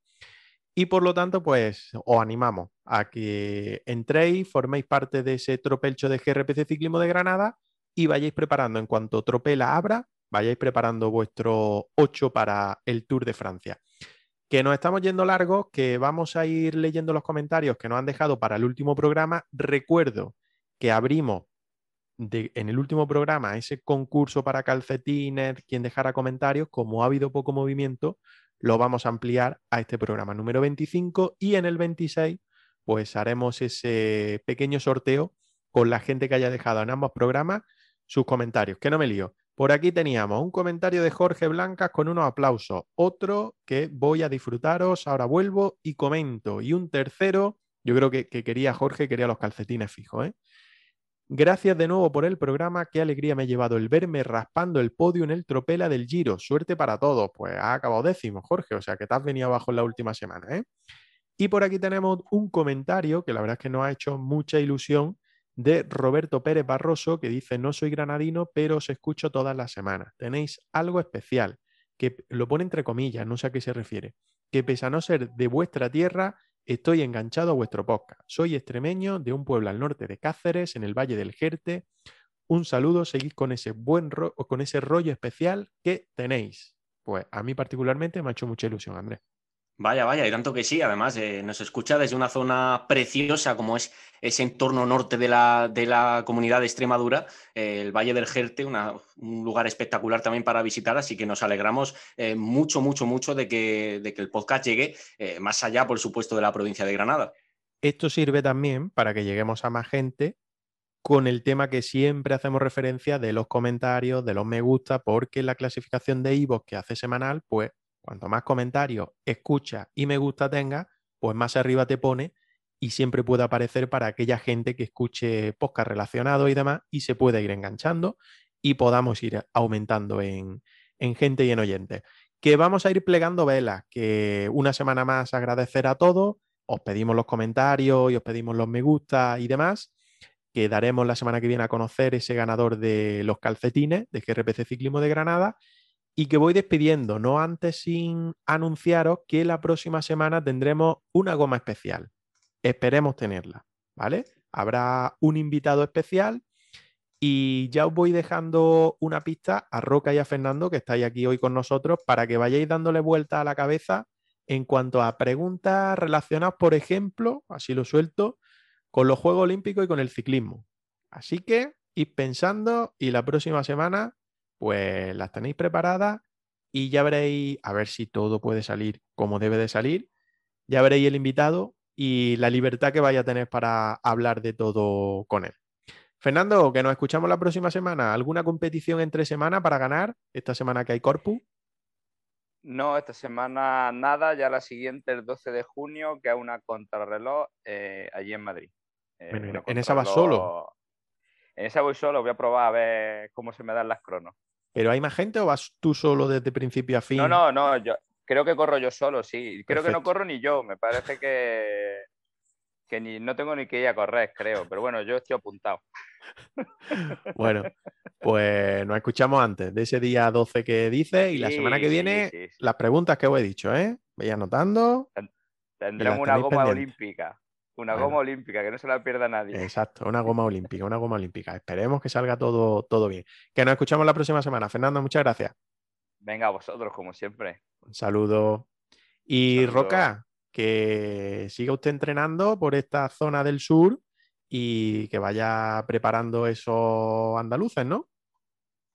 Y por lo tanto, pues os animamos a que entréis, forméis parte de ese tropelcho de G R P C Ciclismo de Granada y vayáis preparando, en cuanto Tropela abra, vayáis preparando vuestro ocho para el Tour de Francia. Que nos estamos yendo largos, que vamos a ir leyendo los comentarios que nos han dejado para el último programa. Recuerdo que abrimos de, en el último programa ese concurso para calcetines, quien dejara comentarios. Como ha habido poco movimiento, lo vamos a ampliar a este programa número veinticinco y en el veintiséis pues haremos ese pequeño sorteo con la gente que haya dejado en ambos programas sus comentarios. Que no me lío. Por aquí teníamos un comentario de Jorge Blancas con unos aplausos, otro que voy a disfrutaros, ahora vuelvo y comento, y un tercero, yo creo que, que quería Jorge, quería los calcetines fijos, ¿eh? Gracias de nuevo por el programa, qué alegría me ha llevado el verme raspando el podio en el Tropela del Giro, suerte para todos, pues ha acabado décimo, Jorge, o sea que te has venido abajo en la última semana, ¿eh? Y por aquí tenemos un comentario que la verdad es que nos ha hecho mucha ilusión de Roberto Pérez Barroso, que dice: no soy granadino, pero os escucho todas las semanas. Tenéis algo especial, que lo pone entre comillas, no sé a qué se refiere, que pese a no ser de vuestra tierra, estoy enganchado a vuestro podcast. Soy extremeño de un pueblo al norte de Cáceres, en el Valle del Jerte. Un saludo, seguid con ese buen ro con ese rollo especial que tenéis. Pues a mí particularmente me ha hecho mucha ilusión, Andrés. Vaya, vaya, y tanto que sí. Además, eh, nos escucha desde una zona preciosa como es ese entorno norte de la, de la comunidad de Extremadura, eh, el Valle del Jerte, una, un lugar espectacular también para visitar, así que nos alegramos eh, mucho, mucho, mucho de que, de que el podcast llegue eh, más allá, por supuesto, de la provincia de Granada. Esto sirve también para que lleguemos a más gente con el tema que siempre hacemos referencia de los comentarios, de los me gusta, porque en la clasificación de iVoox que hace semanal, pues cuanto más comentarios, escucha y me gusta tenga, pues más arriba te pone y siempre puede aparecer para aquella gente que escuche podcast relacionados y demás y se puede ir enganchando y podamos ir aumentando en, en gente y en oyentes. Que vamos a ir plegando velas, que una semana más agradecer a todos, os pedimos los comentarios y os pedimos los me gusta y demás, que daremos la semana que viene a conocer ese ganador de los calcetines de G R P C Ciclismo de Granada, y que voy despidiendo, no antes sin anunciaros que la próxima semana tendremos una goma especial. Esperemos tenerla, ¿vale? Habrá un invitado especial y ya os voy dejando una pista a Roca y a Fernando, que estáis aquí hoy con nosotros, para que vayáis dándole vuelta a la cabeza en cuanto a preguntas relacionadas, por ejemplo, así lo suelto, con los Juegos Olímpicos y con el ciclismo. Así que id pensando y la próxima semana pues las tenéis preparadas y ya veréis, a ver si todo puede salir como debe de salir, ya veréis el invitado y la libertad que vaya a tener para hablar de todo con él. Fernando, que nos escuchamos la próxima semana. ¿Alguna competición entre semana para ganar esta semana que hay Corpus? No, esta semana nada, ya la siguiente, el doce de junio, que es una contrarreloj eh, allí en Madrid. Eh, Bueno, una en esa vas contrarreloj- solo. En esa voy solo, voy a probar a ver cómo se me dan las cronos. ¿Pero hay más gente o vas tú solo desde principio a fin? No, no, no, yo creo que corro yo solo, sí. Creo que no Perfecto. corro ni yo, me parece que, que ni, no tengo ni que ir a correr, creo. Pero bueno, yo estoy apuntado. Bueno, pues nos escuchamos antes de ese día doce que dices y la semana que Sí, viene sí, sí, sí. las preguntas que os he dicho, ¿eh? Veis anotando. Ten- las Tendremos una tenéis goma pendientes. olímpica. Una Bueno. goma olímpica, que no se la pierda nadie. Exacto, una goma olímpica, una goma olímpica. Esperemos que salga todo, todo bien. Que nos escuchamos la próxima semana. Fernando, muchas gracias. Venga, vosotros, como siempre. Un saludo. Y Saludo. Roca, que siga usted entrenando por esta zona del sur y que vaya preparando esos andaluces, ¿no?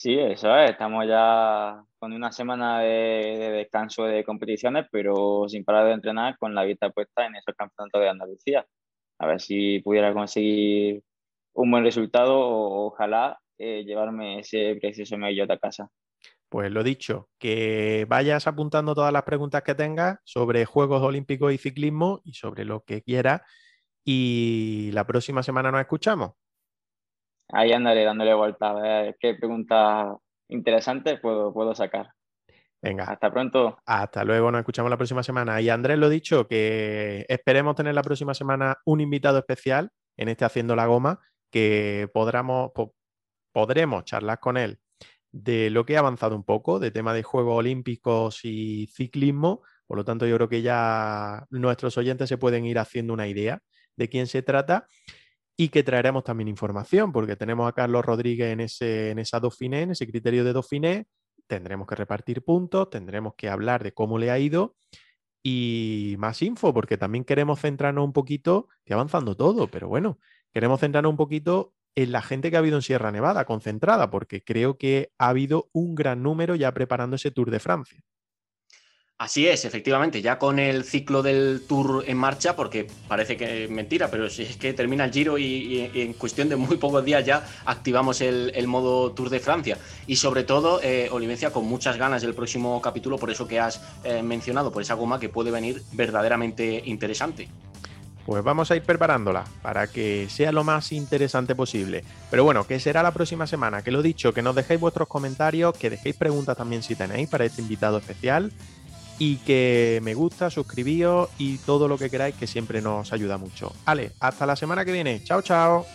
Sí, eso es. Estamos ya con una semana de, de descanso de competiciones, pero sin parar de entrenar, con la vista puesta en esos campeonatos de Andalucía. A ver si pudiera conseguir un buen resultado o ojalá eh, llevarme ese precioso medallón a casa. Pues lo dicho, que vayas apuntando todas las preguntas que tengas sobre Juegos Olímpicos y ciclismo y sobre lo que quieras. Y la próxima semana nos escuchamos. Ahí andaré dándole vuelta a ver qué preguntas interesantes puedo, puedo sacar. Venga. Hasta pronto. Hasta luego, nos escuchamos la próxima semana. Y Andrés, lo dicho, que esperemos tener la próxima semana un invitado especial en este Haciendo la Goma, que podremos, po- podremos charlar con él de lo que ha avanzado un poco, de tema de Juegos Olímpicos y ciclismo. Por lo tanto, yo creo que ya nuestros oyentes se pueden ir haciendo una idea de quién se trata y que traeremos también información, porque tenemos a Carlos Rodríguez en, ese, en esa Dauphiné, en ese criterio de Dauphiné. Tendremos que repartir puntos, tendremos que hablar de cómo le ha ido y más info, porque también queremos centrarnos un poquito, que avanzando todo, pero bueno, queremos centrarnos un poquito en la gente que ha habido en Sierra Nevada, concentrada, porque creo que ha habido un gran número ya preparando ese Tour de Francia. Así es, efectivamente, ya con el ciclo del Tour en marcha, porque parece que es mentira, pero si es que termina el Giro y, y, y en cuestión de muy pocos días ya activamos el, el modo Tour de Francia. Y sobre todo, eh, Olivencia, con muchas ganas del próximo capítulo, por eso que has eh, mencionado, por esa goma que puede venir verdaderamente interesante. Pues vamos a ir preparándola para que sea lo más interesante posible. Pero bueno, que será la próxima semana, que lo dicho, que nos dejéis vuestros comentarios, que dejéis preguntas también si tenéis para este invitado especial y que me gusta, suscribíos y todo lo que queráis, que siempre nos ayuda mucho. Ale, hasta la semana que viene. Chao, chao.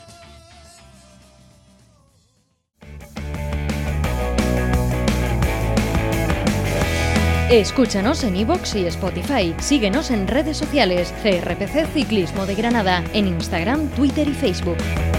Escúchanos en iVoox y Spotify. Síguenos en redes sociales. G R P C Ciclismo de Granada. En Instagram, Twitter y Facebook.